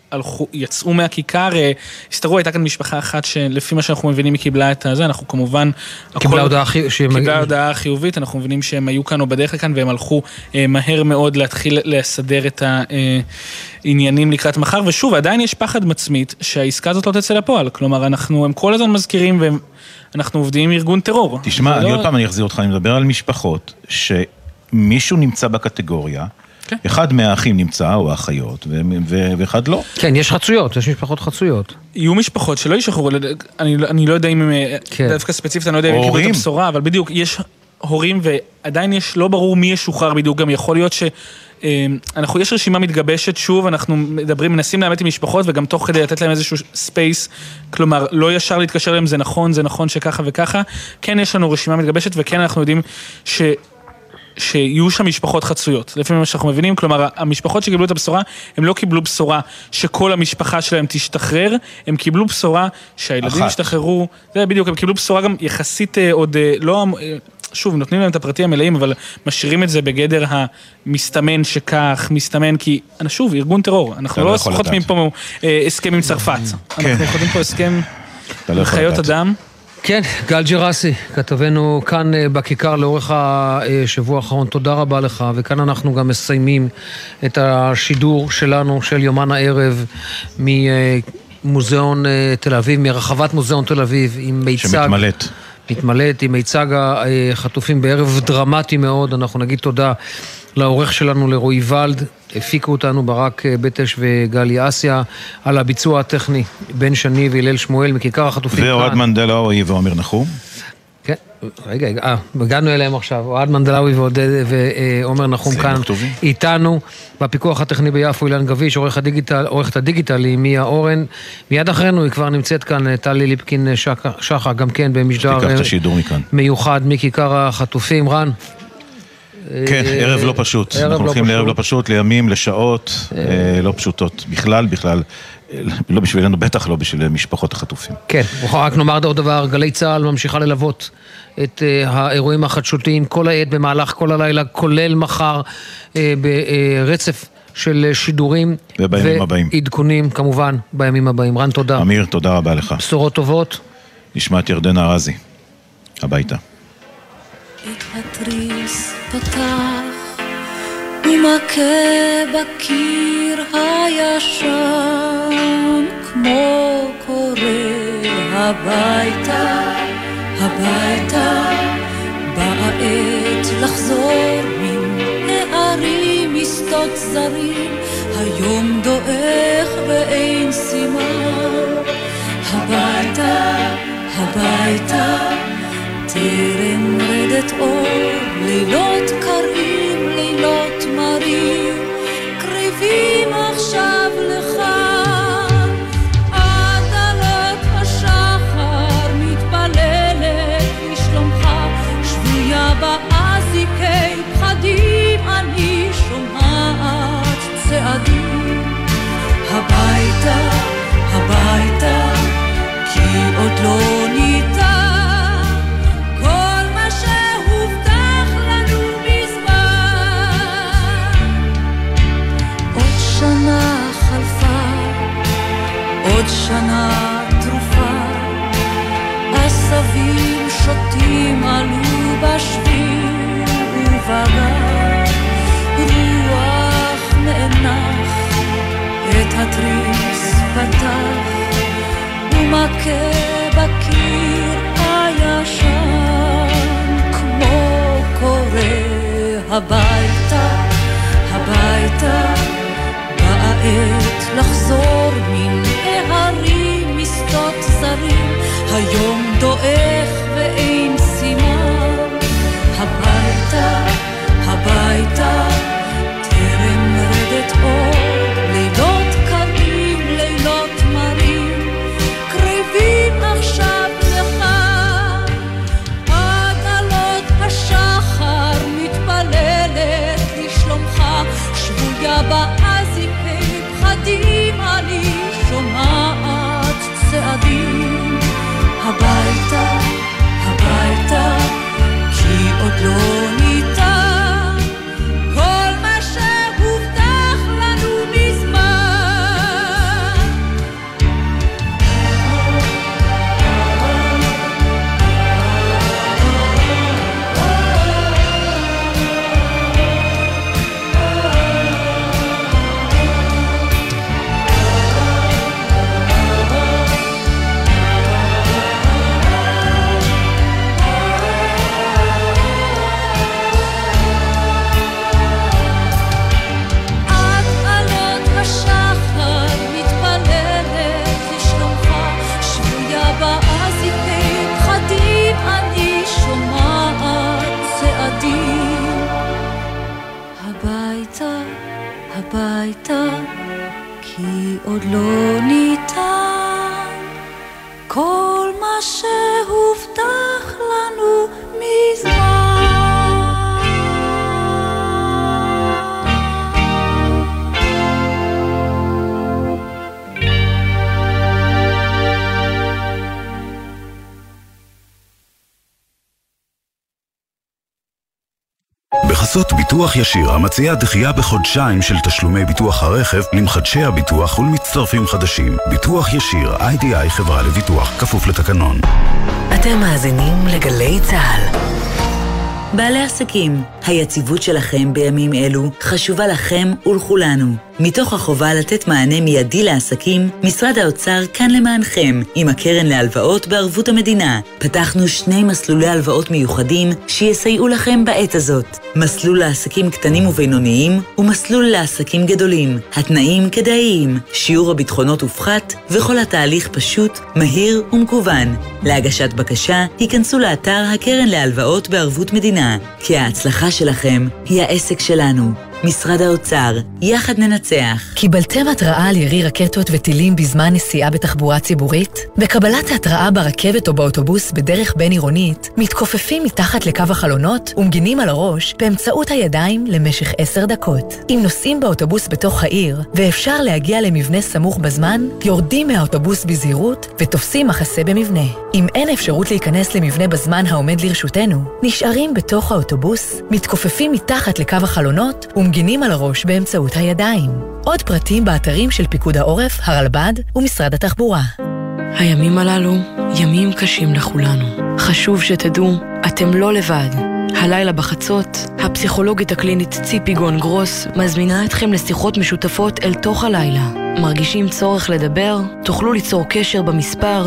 יצאו מהכיכר, הסתרו, הייתה כאן משפחה אחת שלפי מה שאנחנו מבינים היא קיבלה את זה, אנחנו כמובן... קיבלה הודעה חיובית, אנחנו מבינים שהם היו כאן או בדרך לכאן, והם הלכו מהר מאוד להתחיל לסדר את העניינים לקראת מחר, ושוב, עדיין יש פחד מצמית שהעסקה הזאת לא תצא לפועל, כלומר, הם כל הזמן מזכירים, ואנחנו עובדים עם ארגון טרור. תשמע, אני עוד פעם אני אחזיר אותך, אני מדבר על משפחות שמישהו נמצא בקטגוריה, אחד מהאחים נמצא, או האחיות, ואחד לא. כן, יש חצויות, יש משפחות חצויות. יהיו משפחות שלא ישחררו, אני לא יודע אם הם, דווקא ספציפית, אני לא יודע אם הם קיבלו את הבשורה, אבל בדיוק, יש הורים, ועדיין לא ברור מי ישוחרר בדיוק, גם יכול להיות יש רשימה מתגבשת, שוב, אנחנו מנסים לאמת עם משפחות, וגם תוך כדי לתת להם איזשהו ספייס, כלומר, לא ישר להתקשר להם, זה נכון שככה וככה, כן יש לנו רשימה מתגבשת, וכן אנחנו יודעים שיהיו שם משפחות חצויות, לפי מה שאנחנו מבינים, כלומר, המשפחות שקיבלו את הבשורה, הם לא קיבלו בשורה שכל המשפחה שלהם תשתחרר, הם קיבלו בשורה שהילדים ישתחררו, זה בדיוק, הם קיבלו בשורה גם יחסית עוד לא, שוב, נותנים להם את הפרטים המלאים, אבל משאירים את זה בגדר המסתמן שכך, מסתמן, כי, שוב, ארגון טרור, אנחנו לא חותמים פה הסכם עם צרפת, אנחנו חותמים פה הסכם עם חיות אדם, כן, גל ג'רסי, כתבנו כאן בכיכר לאורך השבוע האחרון, תודה רבה לך, וכאן אנחנו גם מסיימים את השידור שלנו, של יומן הערב, ממוזיאון תל אביב, מרחבת מוזיאון תל אביב, עם מיצג... מתמלאת, עם מיצג החטופים בערב דרמטי מאוד, אנחנו נגיד תודה לעורך שלנו, לרועי ולד, הפיקו אותנו ברק בטש וגלי אסיה, על הביצוע הטכני, בן שני והלל שמואל, מכיכר החטופים. ואוהד מנדלאוי ואומר נחום. כן, רגע, הגענו אליהם עכשיו, אוהד מנדלאוי ועומר נחום כאן איתנו, בפיקוח הטכני ביפו אילן גביש, עורכת הדיגיטל היא מיה אורן, מיד אחרינו היא כבר נמצאת כאן טלי ליפקין שחה, גם כן במשדר מיוחד מכיכר החטופים. רן? כן, ערב לא פשוט, אנחנו הולכים לערב לא פשוט, לימים, לשעות לא פשוטות, בכלל, לא בשבילנו, בטח לא בשביל משפחות החטופים. כן, רק נאמר עוד דבר, גלי צהל ממשיכה ללוות את האירועים החדשותיים כל העת במהלך כל הלילה, כולל מחר ברצף של שידורים ועדכונים כמובן בימים הבאים. רן, תודה. אמיר, תודה רבה לך. בשורות טובות. נשמע את ירדנה ארזי. הביתה. את התריס פתח ומכה בקיר הישן כמו קורא הביתה, הביתה באה עת לחזור מן הערים משדות זרים, היום דועך ואין סימן, הביתה, הביתה טרם רדת אור, לילות קרים, לילות מרים, קריבים עכשיו לך, עד עלות השחר מתפללת לשלומך, שבויה באזיקי פחדים, אני שומעת צעדים, הביתה, הביתה, כי עוד לא ניתן שנה חלפה, עוד שנה תרופה, עשבים שוטים עלו בשביל ובגר, רוח נאנח, את התריס פתח, ומכה בקיר הישן, כמו קורא הביתה, הביתה, עת לחזור מן הערים משדות זרים, היום דועך ואין סימן, הביתה, הביתה, טרם רדת עוד, לילות קרים, לילות מרים, קריבים עכשיו לך, עד עלות השחר מתפללת לשלומך, שבויה באזיקי פחדים, אני שומעת צעדים, הביתה, הביתה, כי עוד לא ניתן כל מה שהובטח לנו מזמן. הביתה, כי עוד לא ניתן כל מה שהובטח לנו מזמן. בחסות ביטוח ישיר, המציע דחייה בחודשיים של תשלומי ביטוח הרכב למחדשי הביטוח ולמצטרפים חדשים. ביטוח ישיר, IDI חברה לביטוח, כפוף לתקנון. אתם מאזינים לגלי צהל. בעלי עסקים, היציבות שלכם בימים אלו חשובה לכם ולכולנו. מתוך החובה לתת מענה מיידי לעסקים, משרד האוצר כאן למענכם, עם הקרן להלוואות בערבות המדינה. פתחנו 2 מסלולי הלוואות מיוחדים שיסייעו לכם בעת הזאת. מסלול לעסקים קטנים ובינוניים ומסלול לעסקים גדולים. התנאים כדאיים, שיעור הביטחונות הופחת וכל התהליך פשוט, מהיר ומקוון. להגשת בקשה, היכנסו לאתר הקרן להלוואות בערבות מדינה, כי ההצלחה שלכם היא העסק שלנו. משרד האוצר, יחד ננצח. קיבלתם התראה על ירי רקטות וטילים בזמן נסיעה בתחבורה ציבורית? בקבלת ההתראה ברכבת או באוטובוס בדרך בין עירונית, מתכופפים מתחת לקו החלונות ומגינים על הראש באמצעות הידיים למשך 10 דקות. אם נוסעים באוטובוס בתוך העיר ואפשר להגיע למבנה סמוך בזמן, יורדים מהאוטובוס בזהירות ותופסים מחסה במבנה. אם אין אפשרות להיכנס למבנה בזמן העומד לרשותנו, נשארים בתוך האוטובוס, מתכופפים מתחת לקו החלונות ומגינים על הראש באמצעות הידיים. עוד פרטים באתרים של פיקוד העורף, הרלב"ד ומשרד התחבורה. הימים הללו ימים קשים לכולנו. חשוב שתדעו, אתם לא לבד. הלילה בחצות, הפסיכולוגית הקלינית ציפי גון גרוס מזמינה אתכם לשיחות משותפות אל תוך הלילה. מרגישים צורך לדבר? תוכלו ליצור קשר במספר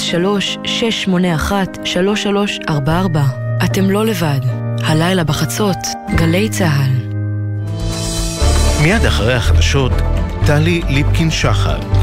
03-681-3344. אתם לא לבד. הלילה בחצות, גלי צהל. מיד אחרי החדשות, טלי ליפקין שחל.